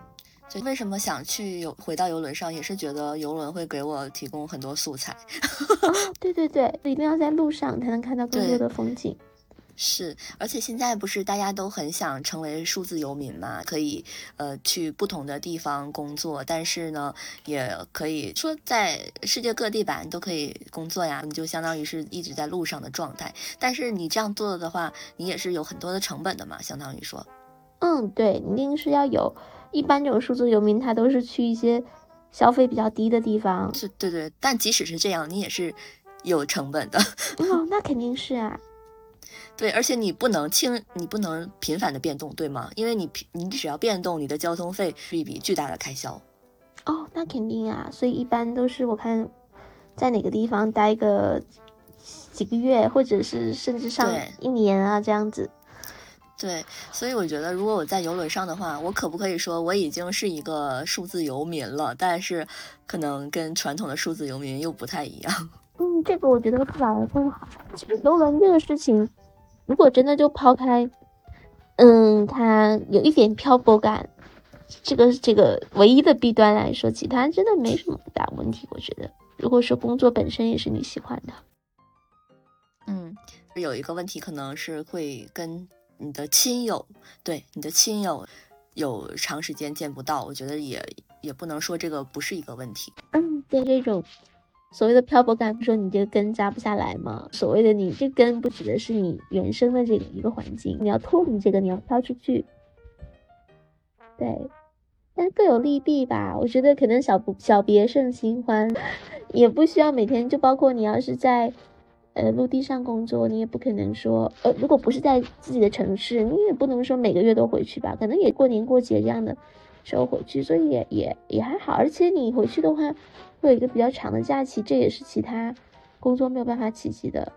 就为什么想去游回到游轮上，也是觉得游轮会给我提供很多素材。 哦，对对对，一定要在路上才能看到更多的风景。 是，而且现在不是大家都很想成为数字游民嘛，可以呃去不同的地方工作，但是呢，也可以说在世界各地吧，你都可以工作呀，你就相当于是一直在路上的状态。但是你这样做的话，你也是有很多的成本的嘛，相当于说。 嗯，对，你一定是要有。一般这种数字游民，他都是去一些消费比较低的地方。 是，对对，但即使是这样，你也是有成本的。 哦，那肯定是啊。 对，而且你不能轻，你不能频繁的变动，对吗？因为你你只要变动，你的交通费是一笔巨大的开销。 哦，那肯定啊，所以一般都是我看在哪个地方待个几个月，或者是甚至上一年啊这样子。 对，所以我觉得如果我在游轮上的话，我可不可以说我已经是一个数字游民了？但是可能跟传统的数字游民又不太一样。 嗯，这个我觉得不反而更好。其实游轮这个事情，如果真的就抛开，嗯，它有一点漂泊感，这个这个唯一的弊端来说，其他真的没什么大问题。我觉得，如果说工作本身也是你喜欢的， 嗯，有一个问题可能是会跟你的亲友，对你的亲友有长时间见不到，我觉得也也不能说这个不是一个问题。 嗯，对，这种所谓的漂泊感，不说你这个根扎不下来吗？所谓的你这根不指的是你原生的这个一个环境，你要脱离这个，你要飘出去。对，但各有利弊吧。我觉得可能小不小别胜新欢，也不需要每天，就包括你要是在呃陆地上工作，你也不可能说呃如果不是在自己的城市，你也不能说每个月都回去吧，可能也过年过节这样的时候回去，所以也也也还好。而且你回去的话会有一个比较长的假期，这也是其他工作没有办法企及的。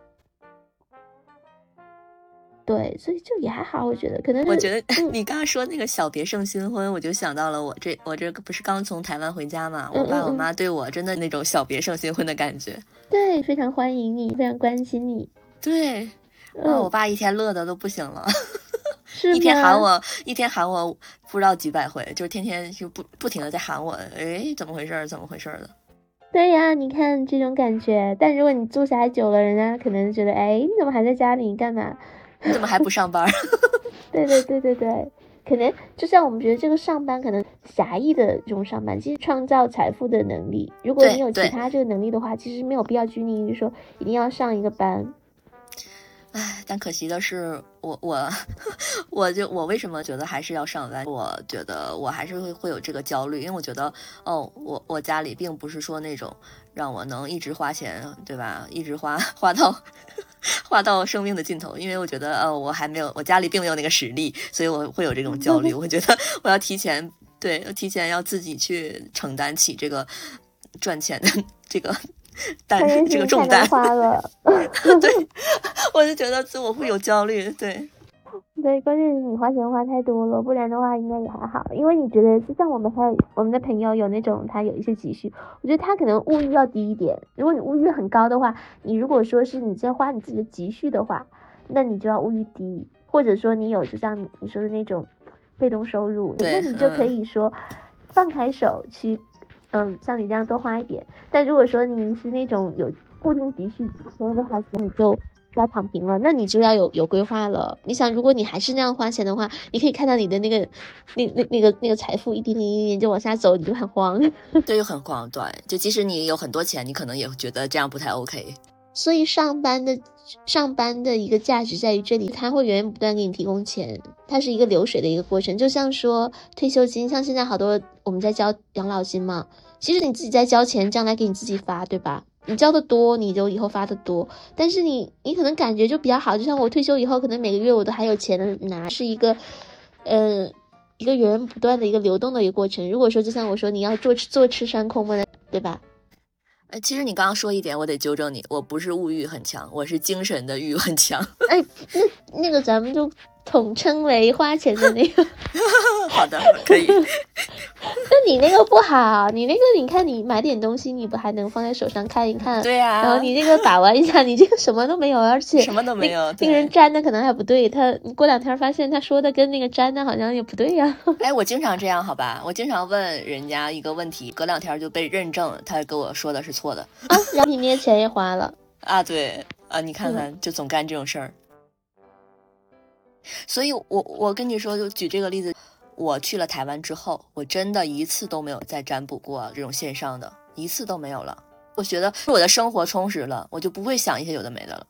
对，所以就也还好，我觉得可能我觉得你刚刚说那个小别胜新婚，我就想到了我这我这不是刚从台湾回家嘛，我爸我妈对我真的那种小别胜新婚的感觉。 对，非常欢迎你，非常关心你。 对，嗯、我爸一天乐的都不行了， 是一天喊我一天喊我不知道几百回，就是天天就不不停的在喊我，哎，怎么回事怎么回事的。 对呀，你看这种感觉。但如果你住下来久了，人家可能觉得，哎，你怎么还在家里？你干嘛？ 你怎么还不上班？ 对对对对对，可能就像我们觉得这个上班，可能狭义的这种上班，其实创造财富的能力，如果你有其他这个能力的话，其实没有必要拘泥于说一定要上一个班。 唉，但可惜的是，我我我就我为什么觉得还是要上班？我觉得我还是会会有这个焦虑，因为我觉得哦，我我家里并不是说那种让我能一直花钱，对吧？一直花花到花到生命的尽头，因为我觉得呃，我还没有，我家里并没有那个实力，所以我会有这种焦虑。我会觉得我要提前对，提前要自己去承担起这个赚钱的这个。但这个重担花了对，我就觉得自我会有焦虑。对对，关键是你花钱花太多了，不然的话应该也还好。因为你觉得就像我们还有我们的朋友有那种他有一些积蓄，我觉得他可能物欲要低一点。如果你物欲很高的话，你如果说是你在花你自己的积蓄的话，那你就要物欲低，或者说你有就像你说的那种被动收入，那你就可以说放开手去嗯，像你这样多花一点。但如果说你是那种有固定积蓄的话，你就不要躺平了，那你就要有有规划了。你想，如果你还是那样花钱的话，你可以看到你的那个那那那个那个财富一点点一点点就往下走，你就很慌。 对，就很慌。对，就即使你有很多钱，你可能也会觉得这样不太 OK。 所以上班的上班的一个价值在于这里，它会源源不断给你提供钱，它是一个流水的一个过程。就像说退休金，像现在好多我们在交养老金嘛，其实你自己在交钱，将来给你自己发，对吧？你交的多，你就以后发的多。但是你你可能感觉就比较好，就像我退休以后，可能每个月我都还有钱拿，是一个呃一个源源不断的一个流动的一个过程。如果说就像我说你要坐吃坐吃山空嘛，对吧？ 哎，其实你刚刚说一点，我得纠正你，我不是物欲很强，我是精神的欲很强。 哎，那那个咱们就统称为花钱的那个。 好的，可以。 那你那个不好，你那个你看你买点东西，你不还能放在手上看一看？ 对呀、啊。 然后你这个把玩一下，你这个什么都没有，而且什么都没有。 那个人粘的可能还不对，他你过两天发现他说的跟那个粘的好像也不对呀、啊。 哎，我经常这样，好吧？我经常问人家一个问题，隔两天就被认证，他跟我说的是错的啊，然后你那些钱也花了啊。对啊，你看看，就总干这种事儿。所以我我跟你说，就举这个例子，我去了台湾之后，我真的一次都没有再占卜过这种线上的，一次都没有了。我觉得我的生活充实了，我就不会想一些有的没的了。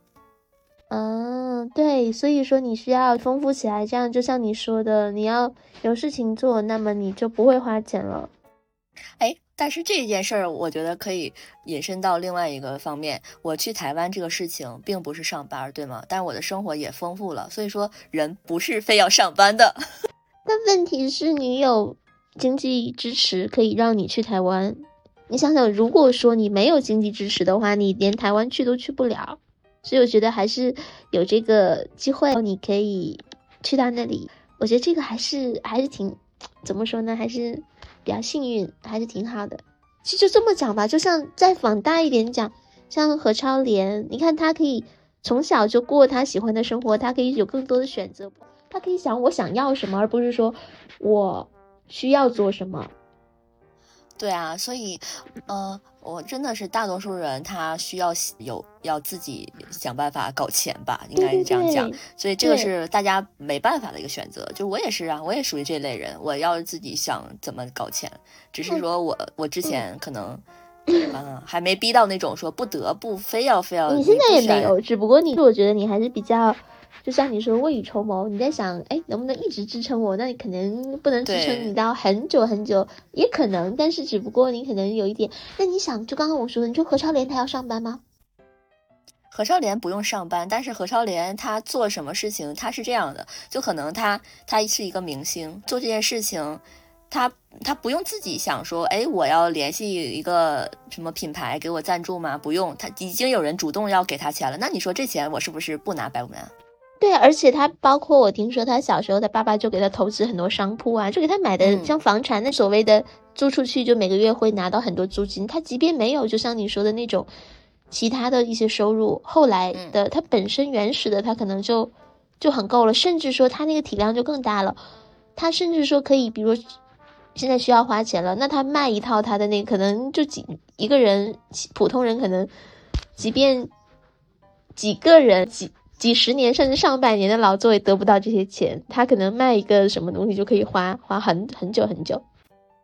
嗯，对，所以说你需要丰富起来，这样就像你说的，你要有事情做，那么你就不会花钱了。 哎，但是这件事儿，我觉得可以引申到另外一个方面。我去台湾这个事情，并不是上班，对吗？但是我的生活也丰富了，所以说人不是非要上班的。 但问题是你有经济支持可以让你去台湾。你想想，如果说你没有经济支持的话，你连台湾去都去不了。所以我觉得还是有这个机会，你可以去到那里。我觉得这个还是还是挺，怎么说呢？还是比较幸运，还是挺好的。其实就这么讲吧，就像再放大一点讲，像何超莲，你看他可以从小就过他喜欢的生活，他可以有更多的选择，他可以想我想要什么，而不是说我需要做什么。 对啊，所以，呃，我真的是大多数人他需要有要自己想办法搞钱吧，应该是这样讲。 对对对， 所以这个是大家没办法的一个选择。就我也是啊，我也属于这类人，我要自己想怎么搞钱，只是说我、嗯、我之前可能。嗯，还没逼到那种说不得不非要非要。 你现在也没有，只不过你我觉得你还是比较，就像你说未雨绸缪，你在想，哎，能不能一直支撑我？那你可能不能支撑你到很久很久，也可能，但是只不过你可能有一点。那你想，就刚刚我说的，你说何超莲她要上班吗？ 何超莲不用上班，但是何超莲她做什么事情，她是这样的，就可能她她是一个明星，做这件事情。他他不用自己想说，哎，我要联系一个什么品牌给我赞助吗？不用，他已经有人主动要给他钱了。那你说这钱我是不是不拿白不拿？ 对，而且他包括我听说他小时候他爸爸就给他投资很多商铺啊，就给他买的像房产，那、嗯、所谓的租出去就每个月会拿到很多租金。他即便没有，就像你说的那种其他的一些收入，后来的、嗯、他本身原始的他可能就就很够了，甚至说他那个体量就更大了。他甚至说可以，比如。现在需要花钱了，那他卖一套他的那个可能就几一个人普通人可能即便几个人几几十年甚至上百年的劳作也得不到这些钱，他可能卖一个什么东西就可以花花很很久很久。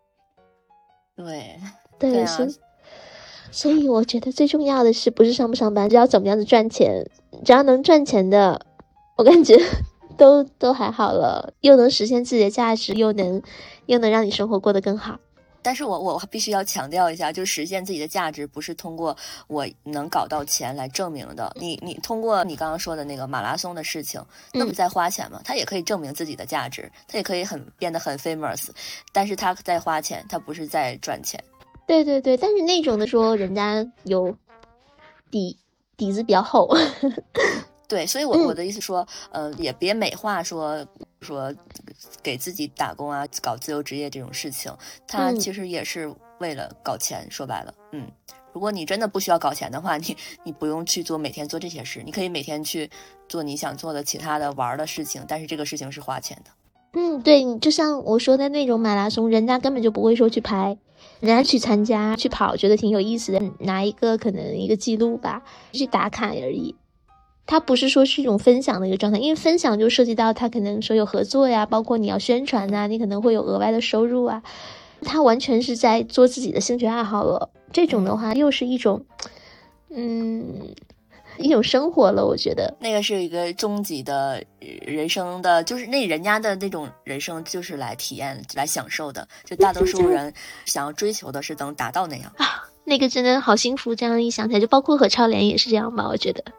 对对， 对啊， 所以我觉得最重要的是不是上不上班，只要怎么样子赚钱，只要能赚钱的，我感觉都都还好了，又能实现自己的价值，又能又能让你生活过得更好。 但是我我必须要强调一下，就是实现自己的价值不是通过我能搞到钱来证明的。你你通过你刚刚说的那个马拉松的事情，那不在花钱吗？他也可以证明自己的价值，他也可以很变得很 famous， 但是他在花钱，他不是在赚钱。 对对对，但是那种的说人家有底底子比较厚。 对，所以我我的意思说，嗯、呃，也别美化说说给自己打工啊，搞自由职业这种事情，它其实也是为了搞钱。嗯、说白了，嗯，如果你真的不需要搞钱的话，你你不用去做每天做这些事，你可以每天去做你想做的其他的玩的事情，但是这个事情是花钱的。 嗯，对，就像我说的那种马拉松，人家根本就不会说去拍，人家去参加去跑，觉得挺有意思的，拿一个可能一个记录吧，去打卡而已。它不是说是一种分享的一个状态，因为分享就涉及到它可能说有合作呀，包括你要宣传啊，你可能会有额外的收入啊。它完全是在做自己的兴趣爱好了，这种的话又是一种，嗯，一种生活了。我觉得那个是一个终极的人生的，就是那人家的那种人生就是来体验、来享受的。就大多数人想要追求的是能达到那样啊，那个真的好幸福。这样一想起来，就包括何超莲也是这样吧，我觉得。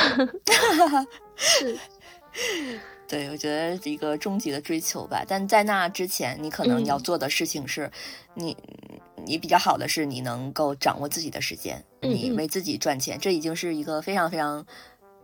是， 对，我觉得是一个终极的追求吧。但在那之前，你可能要做的事情是，嗯、你你比较好的是，你能够掌握自己的时间， 嗯、 你为自己赚钱，这已经是一个非常非常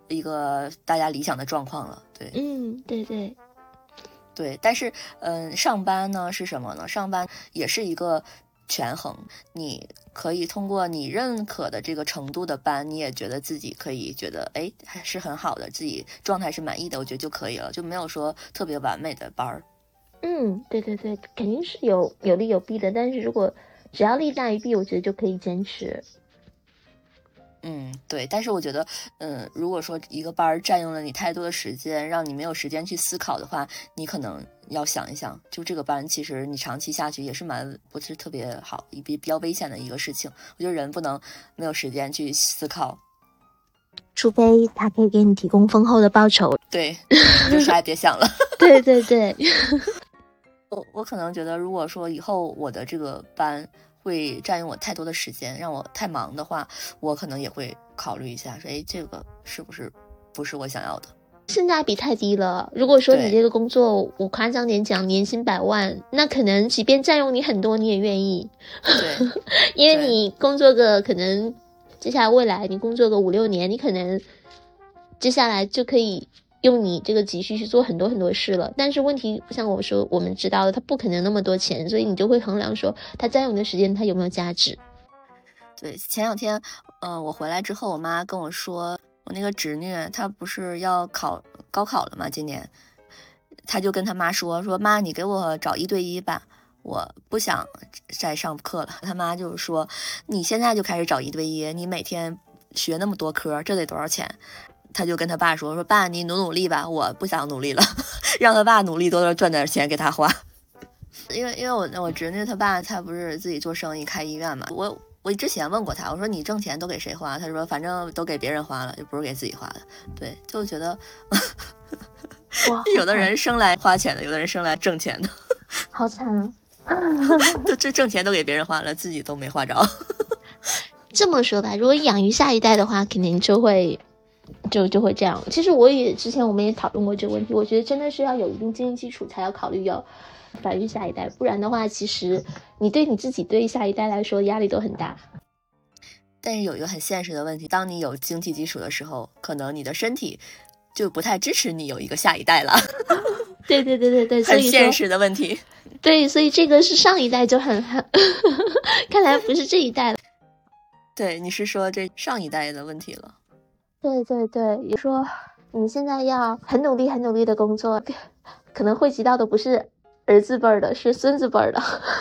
一个大家理想的状况了。对， 嗯，对对对，但是嗯、呃，上班呢是什么呢？上班也是一个权衡，你可以通过你认可的这个程度的班，你也觉得自己可以觉得哎还是很好的，自己状态是满意的，我觉得就可以了，就没有说特别完美的班儿。 嗯，对对对，肯定是有有利有弊的，但是如果只要利大于弊，我觉得就可以坚持。 嗯，对，但是我觉得，嗯，如果说一个班儿占用了你太多的时间，让你没有时间去思考的话，你可能要想一想，就这个班其实你长期下去也是蛮不是特别好，比比较危险的一个事情。我觉得人不能没有时间去思考， 除非他可以给你提供丰厚的报酬。 对，就啥也别想了。 对对对， 我我可能觉得，如果说以后我的这个班会占用我太多的时间，让我太忙的话，我可能也会考虑一下，说，哎，这个是不是不是我想要的？ 性价比太低了。如果说你对这个工作，我夸张点讲，年薪百万，那可能即便占用你很多，你也愿意。 对， 因为你工作个可能接下来未来你工作个五六年，你可能接下来就可以用你这个积蓄去做很多很多事了。但是问题像我说我们知道的，它不可能那么多钱，所以你就会衡量说它占用你的时间它有没有价值。 对，前两天，嗯、呃，我回来之后，我妈跟我说，我那个侄女她不是要考高考了吗？今年，她就跟她妈说，说妈，你给我找一对一吧，我不想再上课了。她妈就是说，你现在就开始找一对一，你每天学那么多科，这得多少钱？他就跟他爸说，说爸，你努努力吧，我不想努力了，让他爸努力多多赚点钱给他花。因为因为我我侄女他爸他不是自己做生意开医院嘛，我我之前问过他，我说你挣钱都给谁花？他说反正都给别人花了，就不是给自己花的。对，就觉得有的人生来花钱的，有的人生来挣钱的， 好惨啊！ 就这挣钱都给别人花了，自己都没花着。 这么说吧，如果养育下一代的话，肯定就会就就会这样。其实我也之前我们也讨论过这个问题，我觉得真的是要有一定经济基础才要考虑要繁育下一代，不然的话，其实你对你自己对下一代来说压力都很大。 但是有一个很现实的问题，当你有经济基础的时候，可能你的身体就不太支持你有一个下一代了。 对对对对对，所以很现实的问题。 对，所以这个是上一代就很很，看来不是这一代了。 对，你是说这上一代的问题了？ 对对对，也说你现在要很努力很努力的工作，可能惠及到的不是儿子辈儿的，是孙子辈儿的。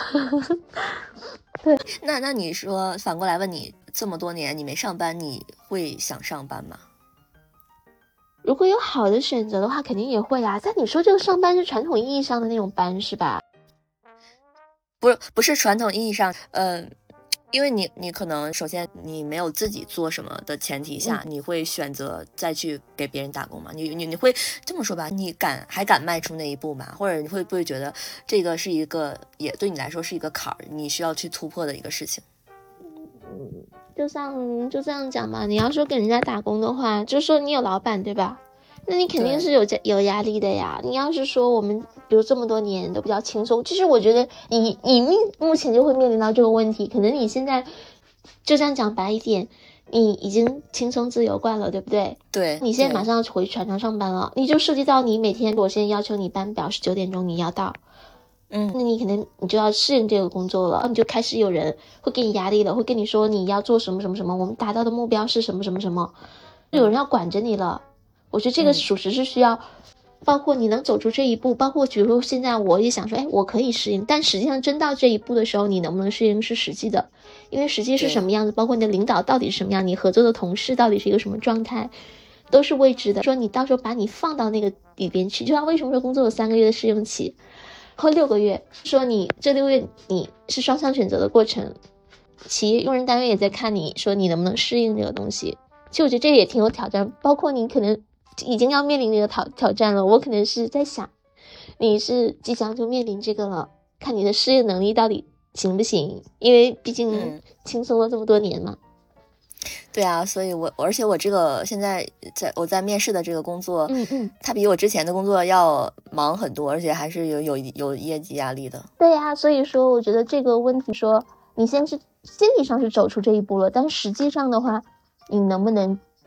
对， 那那你说反过来问你，这么多年你没上班，你会想上班吗？ 如果有好的选择的话，肯定也会啊。但你说这个上班是传统意义上的那种班是吧？ 不是，不是传统意义上，呃，因为你你可能首先你没有自己做什么的前提下，嗯、你会选择再去给别人打工吗？你你你会这么说吧？你敢还敢迈出那一步吗？或者你会不会觉得这个是一个也对你来说是一个坎儿，你需要去突破的一个事情？ 嗯，就像就这样讲嘛，你要说给人家打工的话，就说你有老板对吧？那你肯定是有有压力的呀。你要是说我们比如这么多年都比较轻松，其实我觉得你你目前就会面临到这个问题，可能你现在就这样讲白一点，你已经轻松自由惯了，对不对？ 对， 你现在马上要回船上上班了，你就涉及到你每天，我现在要求你班表是九点钟你要到。嗯，那你可能你就要适应这个工作了，你就开始有人会给你压力了，会跟你说你要做什么什么什么，我们达到的目标是什么什么什么，就有人要管着你了。我觉得这个属实是需要、嗯、包括你能走出这一步，包括比如说现在我也想说哎，我可以适应，但实际上真到这一步的时候，你能不能适应是实际的，因为实际是什么样子，包括你的领导到底是什么样，你合作的同事到底是一个什么状态，都是未知的。说你到时候把你放到那个里边去，就像为什么说工作有三个月的试用期或六个月，说你这六个月你是双向选择的过程，企业用人单位也在看你说你能不能适应这个东西。其实我觉得这也挺有挑战，包括你可能已经要面临这个挑挑战了，我可能是在想你是即将就面临这个了，看你的适应能力到底行不行，因为毕竟轻松了这么多年嘛、嗯、 对啊，所以我而且我这个现在在我在面试的这个工作， 嗯嗯， 它比我之前的工作要忙很多，而且还是有有有业绩压力的。 对呀、啊，所以说我觉得这个问题说你先是心理上是走出这一步了，但实际上的话你能不能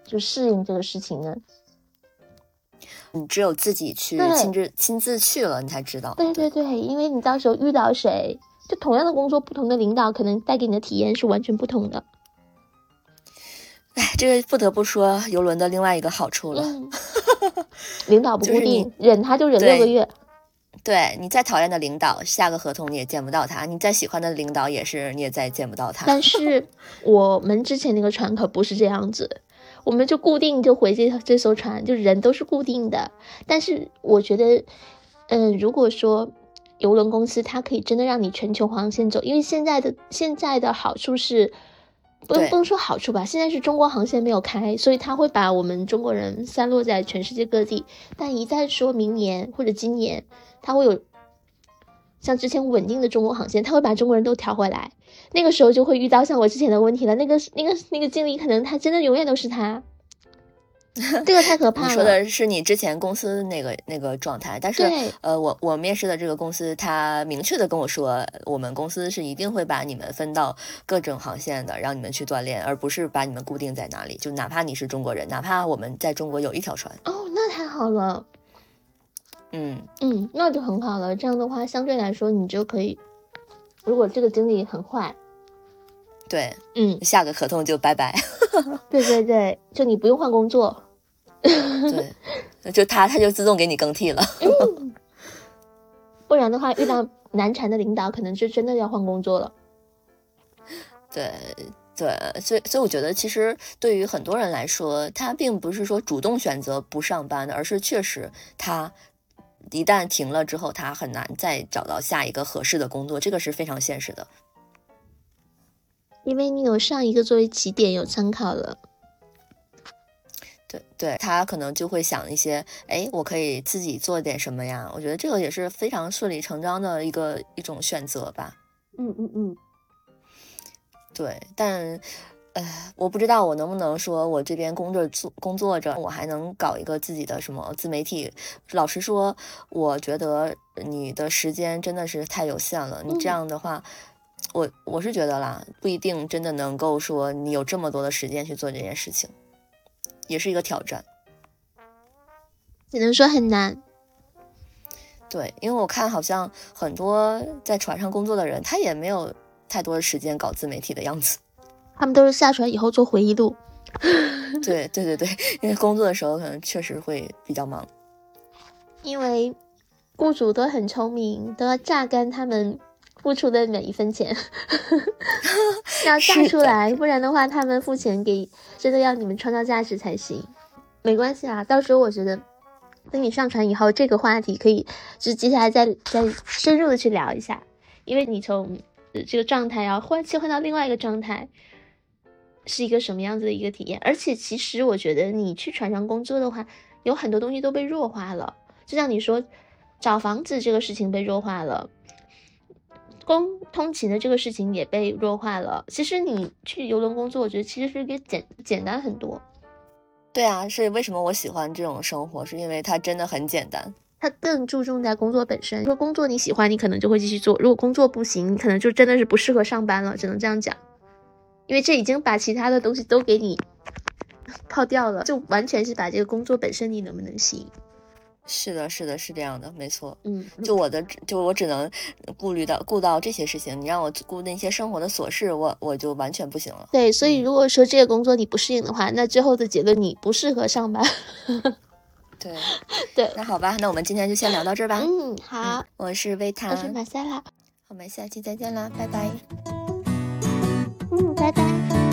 就适应这个事情呢？ 你只有自己去亲自亲自去了，你才知道。 对对对，因为你到时候遇到谁，就同样的工作，不同的领导可能带给你的体验是完全不同的。 哎，这个不得不说邮轮的另外一个好处了， 嗯、领导不固定， 就是忍他就忍六个月。 对，你再讨厌的领导，下个合同你也见不到他；你再喜欢的领导，也是你也再也见不到他。 但是我们之前那个船可不是这样子，我们就固定就回这这艘船，就人都是固定的。但是我觉得，嗯、呃，如果说邮轮公司它可以真的让你全球航线走，因为现在的现在的好处是。不不能说好处吧，现在是中国航线没有开，所以他会把我们中国人散落在全世界各地。但一旦说明年或者今年，他会有像之前稳定的中国航线，他会把中国人都调回来。那个时候就会遇到像我之前的问题了，那个那个那个经理可能他真的永远都是他。这个太可怕了。 你说的是你之前公司那个那个状态，但是呃，我我面试的这个公司，他明确的跟我说，我们公司是一定会把你们分到各种航线的，让你们去锻炼，而不是把你们固定在哪里。就哪怕你是中国人，哪怕我们在中国有一条船。 哦，那太好了。 嗯嗯，那就很好了。这样的话，相对来说，你就可以，如果这个经理很坏。 对， 嗯， 下个合同就拜拜。 对对对，就你不用换工作。 对，就他他就自动给你更替了。 嗯，不然的话，遇到难缠的领导，可能就真的要换工作了。 对对，所以所以我觉得，其实对于很多人来说，他并不是说主动选择不上班的，而是确实他一旦停了之后，他很难再找到下一个合适的工作，这个是非常现实的。 因为你有上一个作为起点，有参考了。 对对，他可能就会想一些，哎，我可以自己做点什么呀？我觉得这个也是非常顺理成章的一个一种选择吧。 嗯嗯嗯， 对，但，呃，我不知道我能不能说，我这边工作做工作着，我还能搞一个自己的什么自媒体。老实说，我觉得你的时间真的是太有限了。你这样的话，嗯、我我是觉得啦，不一定真的能够说你有这么多的时间去做这件事情。也是一个挑战， 只能说很难。 对，因为我看好像很多在船上工作的人，他也没有太多的时间搞自媒体的样子。 他们都是下船以后做回忆录。 对对对对，因为工作的时候可能确实会比较忙。 因为雇主都很聪明，都要榨干他们付出的每一分钱。要榨出来，不然的话他们付钱给真的要你们创造价值才行。没关系啊，到时候我觉得等你上船以后，这个话题可以就接下来再再深入的去聊一下，因为你从这个状态要换切换到另外一个状态，是一个什么样子的一个体验。而且其实我觉得你去船上工作的话，有很多东西都被弱化了，就像你说找房子这个事情被弱化了，公通勤的这个事情也被弱化了。其实你去邮轮工作，我觉得其实是一个简简单很多。 对啊，是为什么我喜欢这种生活，是因为它真的很简单。 它更注重在工作本身。如果工作你喜欢，你可能就会继续做；如果工作不行，你可能就真的是不适合上班了，只能这样讲。因为这已经把其他的东西都给你抛掉了，就完全是把这个工作本身你能不能吸引。 是的，是的，是这样的，没错。 嗯， 就我的，就我只能顾虑到顾到这些事情，你让我顾那些生活的琐事，我我就完全不行了。 对，所以如果说这个工作你不适应的话，那最后的结论你不适合上班。 对对， 那好吧，那我们今天就先聊到这儿吧。 嗯，好， 嗯、我是维塔， 我是马赛拉， 我们下期再见啦，拜拜。 嗯，拜拜。